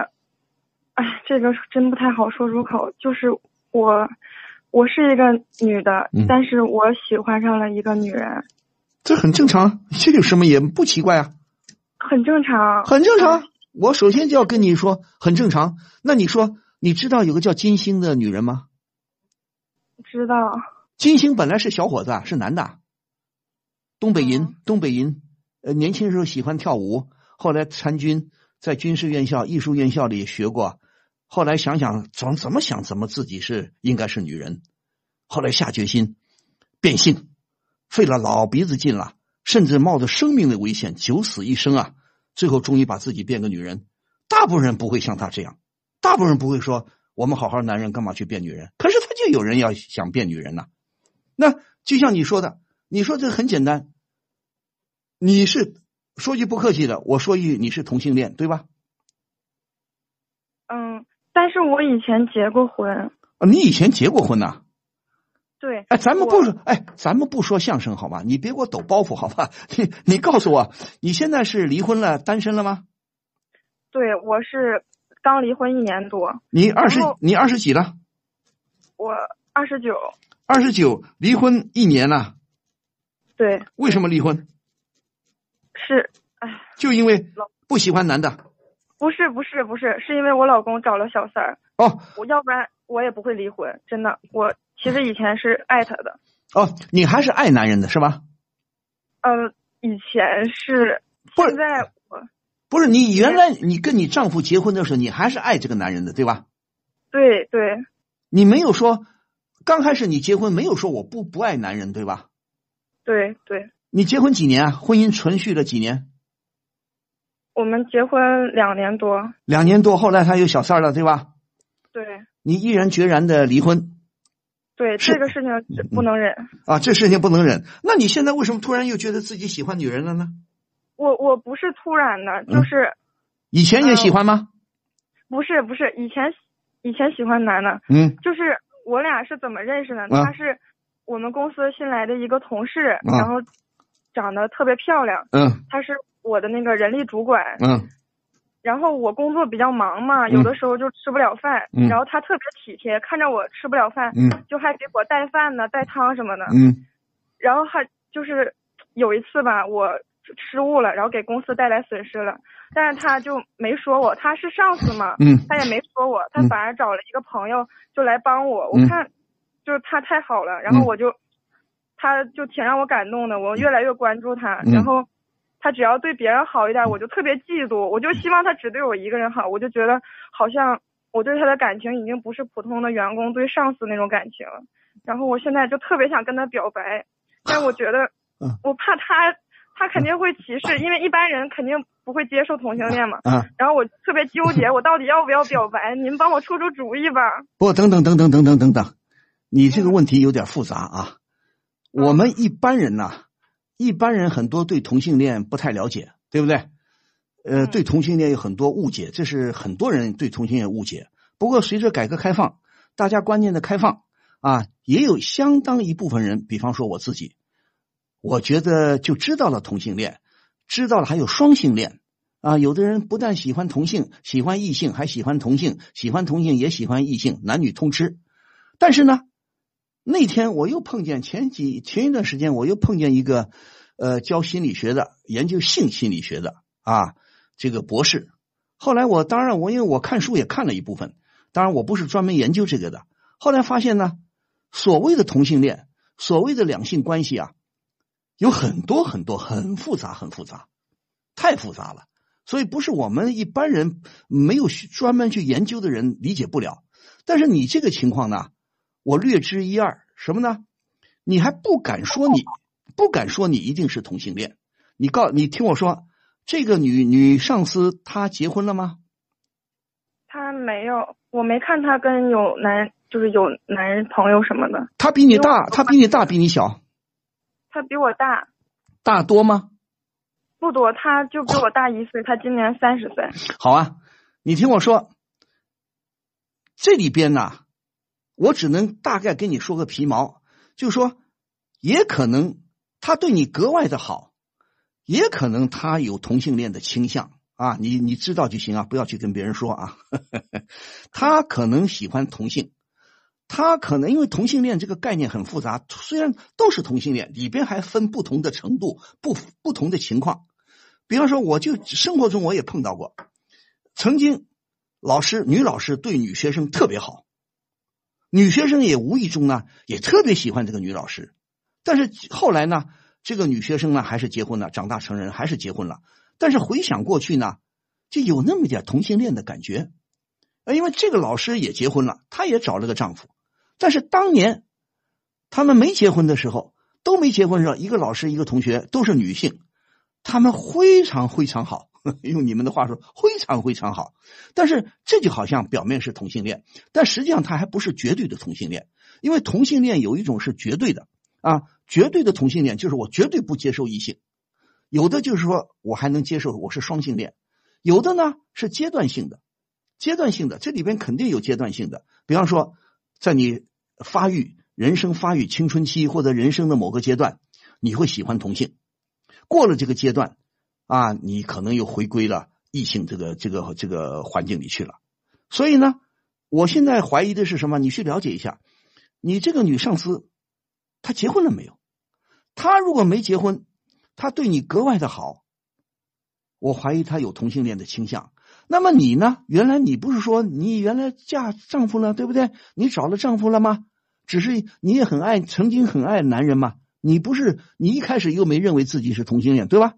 这个真不太好说出口。就是我是一个女的，但是我喜欢上了一个女人。
这很正常，这有什么也不奇怪啊。
很正常。
我首先就要跟你说，很正常。那你说，你知道有个叫金星的女人吗？
知道。
金星本来是小伙子，是男的，东北银，年轻时候喜欢跳舞，后来参军，在军事院校、艺术院校里学过，后来想想怎么想怎么自己应该是女人，后来下决心变性，费了老鼻子劲了，甚至冒着生命的危险九死一生啊，最后终于把自己变个女人。大部分人不会像他这样，大部分人不会说我们好好男人干嘛去变女人？可是他就有人要想变女人呢。那就像你说的，你说这很简单，你是说句不客气的，我说一句你是同性恋，对吧？
但是我以前结过婚。
你以前结过婚呐？
对。
咱们不说相声好吗？你别给我抖包袱好吧？你告诉我，你现在是离婚了，单身了吗？
对，我是刚离婚1年多。
你20几了？
我29。
29，离婚1年了。
对。
为什么离婚？就因为不喜欢男的。
不是，是因为我老公找了小三儿。我要不然我也不会离婚，真的。我其实以前是爱他的。
你还是爱男人的是吧？
以前是。现在
不是你原来你跟你丈夫结婚的时候，你还是爱这个男人的，对吧？
对。
你没有说刚开始你结婚没有说我不爱男人，对吧？
对。
你结婚几年啊？婚姻存续了几年？
我们结婚2年多。
2年多，后来他有小三了，对吧？
对。
你毅然决然的离婚。
对，这个事情不能忍。
这事情不能忍。那你现在为什么突然又觉得自己喜欢女人了呢？
我不是突然的，就是。
以前也喜欢吗？
不是，以前喜欢男的。就是我俩是怎么认识的？他是我们公司新来的一个同事，然后长得特别漂亮。他是我的那个人力主管。然后我工作比较忙嘛，有的时候就吃不了饭。然后他特别体贴，看着我吃不了饭，就还给我带饭呢，带汤什么的。然后还就是有一次吧，我失误了，然后给公司带来损失了，但是他就没说我，他是上司嘛。他也没说我，他反而找了一个朋友就来帮我。我看就是他太好了，然后他就挺让我感动的，我越来越关注他。然后他只要对别人好一点，我就特别嫉妒，我就希望他只对我一个人好。我就觉得好像我对他的感情已经不是普通的员工对上司那种感情了。然后我现在就特别想跟他表白，但我觉得我怕他肯定会歧视，因为一般人肯定不会接受同性恋嘛。然后我特别纠结，我到底要不要表白？您帮我出出主意吧。
不，等等，你这个问题有点复杂啊。我们一般人很多对同性恋不太了解，对不对？对同性恋有很多误解，这是很多人对同性恋误解。不过随着改革开放，大家观念的开放也有相当一部分人，比方说我自己，我觉得就知道了同性恋，知道了还有双性恋有的人不但喜欢同性，喜欢异性，还喜欢同性，喜欢同性也喜欢异性，男女通吃。但是呢，那天我又碰见前一段时间我又碰见一个教心理学的，研究性心理学的这个博士。后来因为我看书也看了一部分，当然我不是专门研究这个的。后来发现呢，所谓的同性恋，所谓的两性关系有很多很多，很复杂，太复杂了。所以不是我们一般人没有专门去研究的人理解不了。但是你这个情况呢，我略知一二。什么呢？你还不敢说你一定是同性恋。你听我说，这个女上司她结婚了吗？
她没有，我没看她跟有男人朋友什么的。
她比你大，比你小？
她比我大。
大多吗？
不多，她就比我大1岁，她今年30岁。
好啊，你听我说，这里边呢，我只能大概跟你说个皮毛，就是说，也可能他对你格外的好，也可能他有同性恋的倾向你知道就行不要去跟别人说他可能喜欢同性，他可能因为同性恋这个概念很复杂，虽然都是同性恋，里边还分不同的程度，不同的情况。比方说，我就生活中我也碰到过，曾经女老师对女学生特别好，女学生也无意中呢也特别喜欢这个女老师，但是后来呢，这个女学生呢还是结婚了，长大成人还是结婚了。但是回想过去呢，就有那么点同性恋的感觉。因为这个老师也结婚了，她也找了个丈夫，但是当年他们没结婚的时候，一个老师一个同学都是女性， 他们非常非常好，用你们的话说非常非常好。但是这就好像表面是同性恋，但实际上他还不是绝对的同性恋，因为同性恋有一种是绝对的啊，绝对的同性恋就是我绝对不接受异性，有的就是说我还能接受我是双性恋，有的呢是阶段性的，这里边肯定有阶段性的，比方说在你人生发育青春期或者人生的某个阶段，你会喜欢同性，过了这个阶段啊，你可能又回归了异性这个环境里去了。所以呢，我现在怀疑的是什么？你去了解一下，你这个女上司她结婚了没有？她如果没结婚，她对你格外的好，我怀疑她有同性恋的倾向。那么你呢？原来你不是说你原来嫁丈夫了，对不对？你找了丈夫了吗？只是你也曾经很爱男人嘛？你一开始又没认为自己是同性恋，对吧？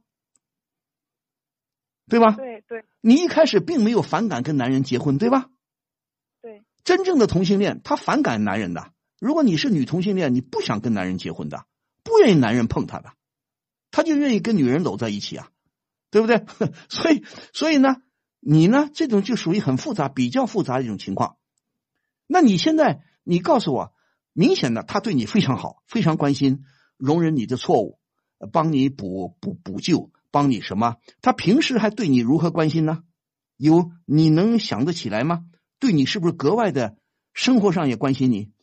对吧？
对。
你一开始并没有反感跟男人结婚，对吧？
对。
真正的同性恋他反感男人的。如果你是女同性恋，你不想跟男人结婚的，不愿意男人碰她的，他就愿意跟女人搂在一起啊，对不对？所以呢，你呢这种就属于很复杂，比较复杂的一种情况。那你现在你告诉我，明显的他对你非常好，非常关心，容忍你的错误，帮你补救，帮你什么？他平时还对你如何关心呢？你能想得起来吗？对你是不是格外的生活上也关心你？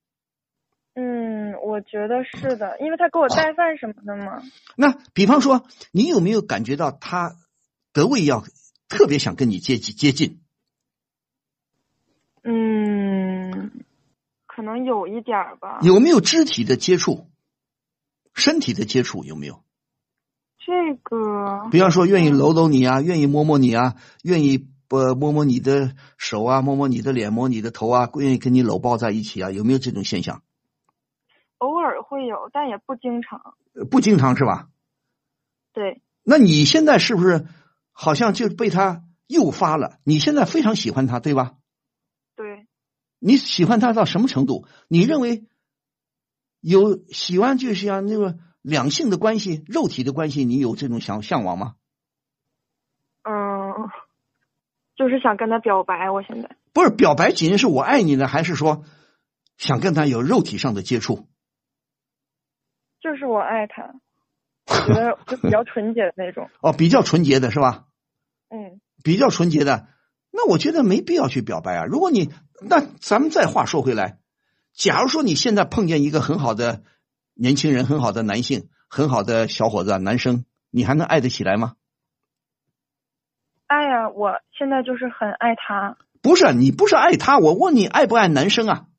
我觉得是的，因为他给我带饭什么的嘛。
那比方说，你有没有感觉到他格外要特别想跟你接近？
可能有一点吧。
有没有肢体的接触？身体的接触有没有？
这个，
比方说愿意搂搂你啊，愿意摸摸你啊，愿意摸摸你的手啊，摸摸你的脸，摸你的头啊，愿意跟你搂抱在一起啊，有没有这种现象？
偶尔会有，但也不经常。
不经常是吧？
对。
那你现在是不是好像就被他诱发了？你现在非常喜欢他，对吧？
对。
你喜欢他到什么程度？你认为有喜欢就是像那个两性的关系、肉体的关系，你有这种向往吗？
就是想跟他表白。我现在
不是表白，仅仅是我爱你呢，还是说想跟他有肉体上的接触？
就是我爱他，我觉得就比较纯洁的那种。
比较纯洁的是吧？比较纯洁的，那我觉得没必要去表白啊。如果那咱们再话说回来，假如说你现在碰见一个很好的年轻人，很好的男性，很好的小伙子男生，你还能爱得起来吗？
爱呀，我现在就是很爱他。
不是，你不是爱他，我问你爱不爱男生啊？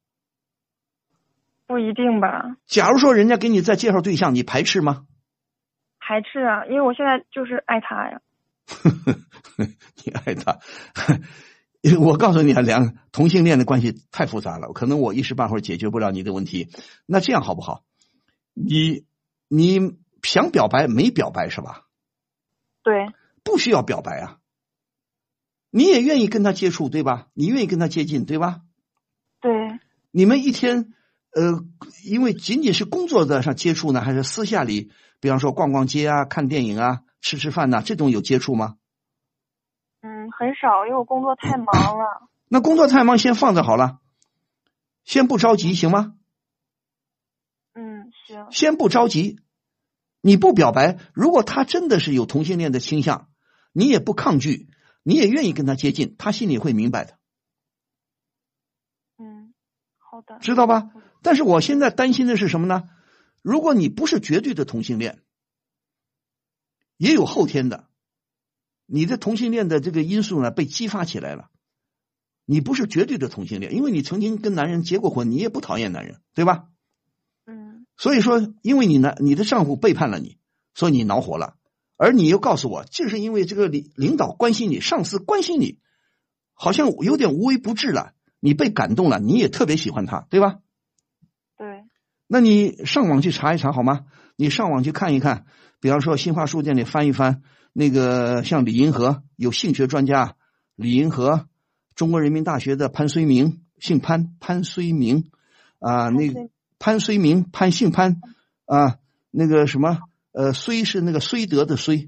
不一定吧。
假如说人家给你再介绍对象，你排斥吗？
排斥啊，因为我现在就是爱他呀。
你爱他，我告诉你啊，同性恋的关系太复杂了，可能我一时半会儿解决不了你的问题。那这样好不好？你想表白没表白是吧？
对。
不需要表白啊。你也愿意跟他接触对吧？你愿意跟他接近对吧？
对。
你们一天因为仅仅是工作的上接触呢，还是私下里比方说逛逛街啊，看电影啊，吃饭呐，这种有接触吗？
很少，因为我工作太忙了。
那工作太忙先放着好了，先不着急行吗？
行。
先不着急，你不表白，如果他真的是有同性恋的倾向，你也不抗拒，你也愿意跟他接近，他心里会明白的。
好的。
知道吧？但是我现在担心的是什么呢？如果你不是绝对的同性恋，也有后天的，你的同性恋的这个因素呢被激发起来了，你不是绝对的同性恋，因为你曾经跟男人结过婚，你也不讨厌男人，对吧？所以说因为你的丈夫背叛了你，所以你恼火了，而你又告诉我就是因为这个领导关心你，上司关心你，好像有点无微不至了，你被感动了，你也特别喜欢他，对吧？
对。
那你上网去查一查好吗？你上网去看一看，比方说新华书店里翻一翻，那个像李银河，有性学专家李银河，中国人民大学的潘绥铭，姓潘绥铭啊，那个潘绥铭，姓潘啊，那个什么绥是那个绥德的绥，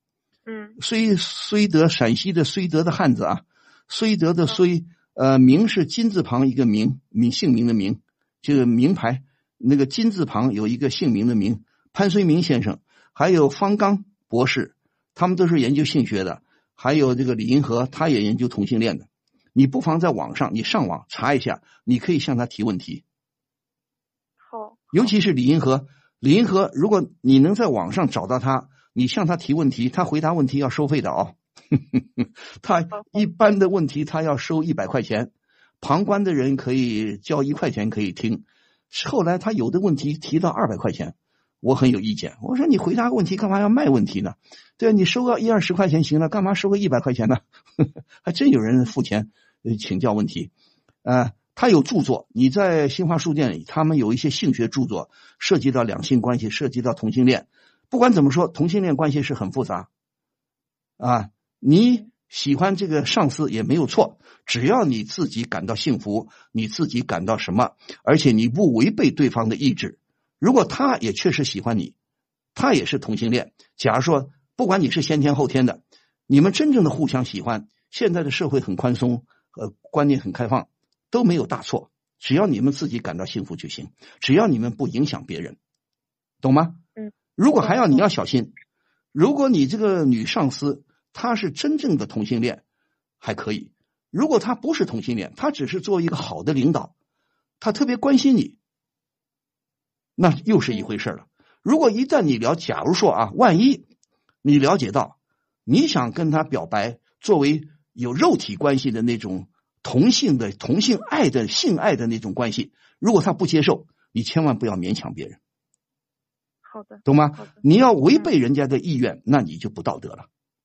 绥德陕西的绥德的汉字啊，绥德的绥，名是金字旁一个名，姓名的名，这个名牌那个金字旁有一个姓名的名，潘绥铭先生，还有方刚博士，他们都是研究性学的，还有这个李银河，他也研究同性恋的。你不妨在网上，你上网查一下，你可以向他提问题。
好，
尤其是李银河，如果你能在网上找到他，你向他提问题，他回答问题要收费的哦。他一般的问题他要收100块钱，旁观的人可以交1块钱可以听。后来他有的问题提到200块钱，我很有意见。我说你回答个问题干嘛要卖问题呢？对，你收个1-20块钱行了，干嘛收个100块钱呢？还真有人付钱请教问题。他有著作，你在新华书店里，他们有一些性学著作，涉及到两性关系，涉及到同性恋。不管怎么说，同性恋关系是很复杂啊。你喜欢这个上司也没有错，只要你自己感到幸福，你自己感到什么，而且你不违背对方的意志。如果他也确实喜欢你，他也是同性恋，假如说不管你是先天后天的，你们真正的互相喜欢，现在的社会很宽松，观念很开放，都没有大错，只要你们自己感到幸福就行，只要你们不影响别人，懂吗？如果还要你要小心，如果你这个女上司她是真正的同性恋还可以，如果她不是同性恋，她只是做一个好的领导，她特别关心你，那又是一回事了。如果一旦你假如说啊，万一你了解到你想跟她表白，作为有肉体关系的那种同性爱的性爱的那种关系，如果他不接受，你千万不要勉强别人。
好的，
懂吗？你要违背人家的意愿，那你就不道德了。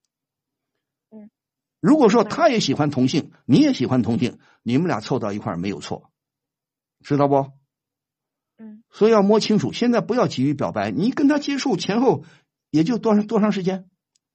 如果说他也喜欢同性，你也喜欢同性，你们俩凑到一块儿没有错，知道不？所以要摸清楚，现在不要急于表白，你跟他接触前后也就多长时间？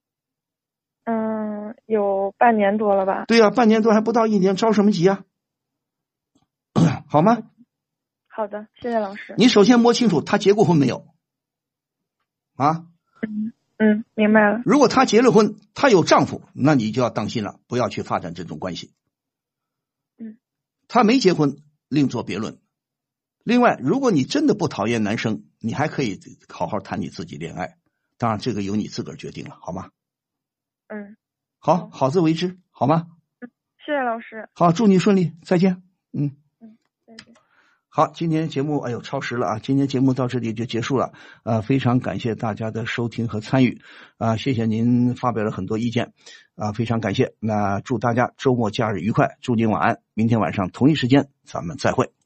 有半年多了吧？
对啊，半年多还不到1年，着什么急啊？好吗？
好的，谢谢老师。
你首先摸清楚他结过婚没有啊？
明白了。
如果他结了婚，他有丈夫，那你就要当心了，不要去发展这种关系。他没结婚，另作别论。另外，如果你真的不讨厌男生，你还可以好好谈你自己恋爱，当然这个由你自个儿决定了，好吗？好自为之，好吗？
谢谢老师。
好，祝你顺利，再见。
再见。
好，今天节目超时了啊！今天节目到这里就结束了，非常感谢大家的收听和参与谢谢您发表了很多意见非常感谢。那祝大家周末假日愉快，祝您晚安，明天晚上同一时间咱们再会。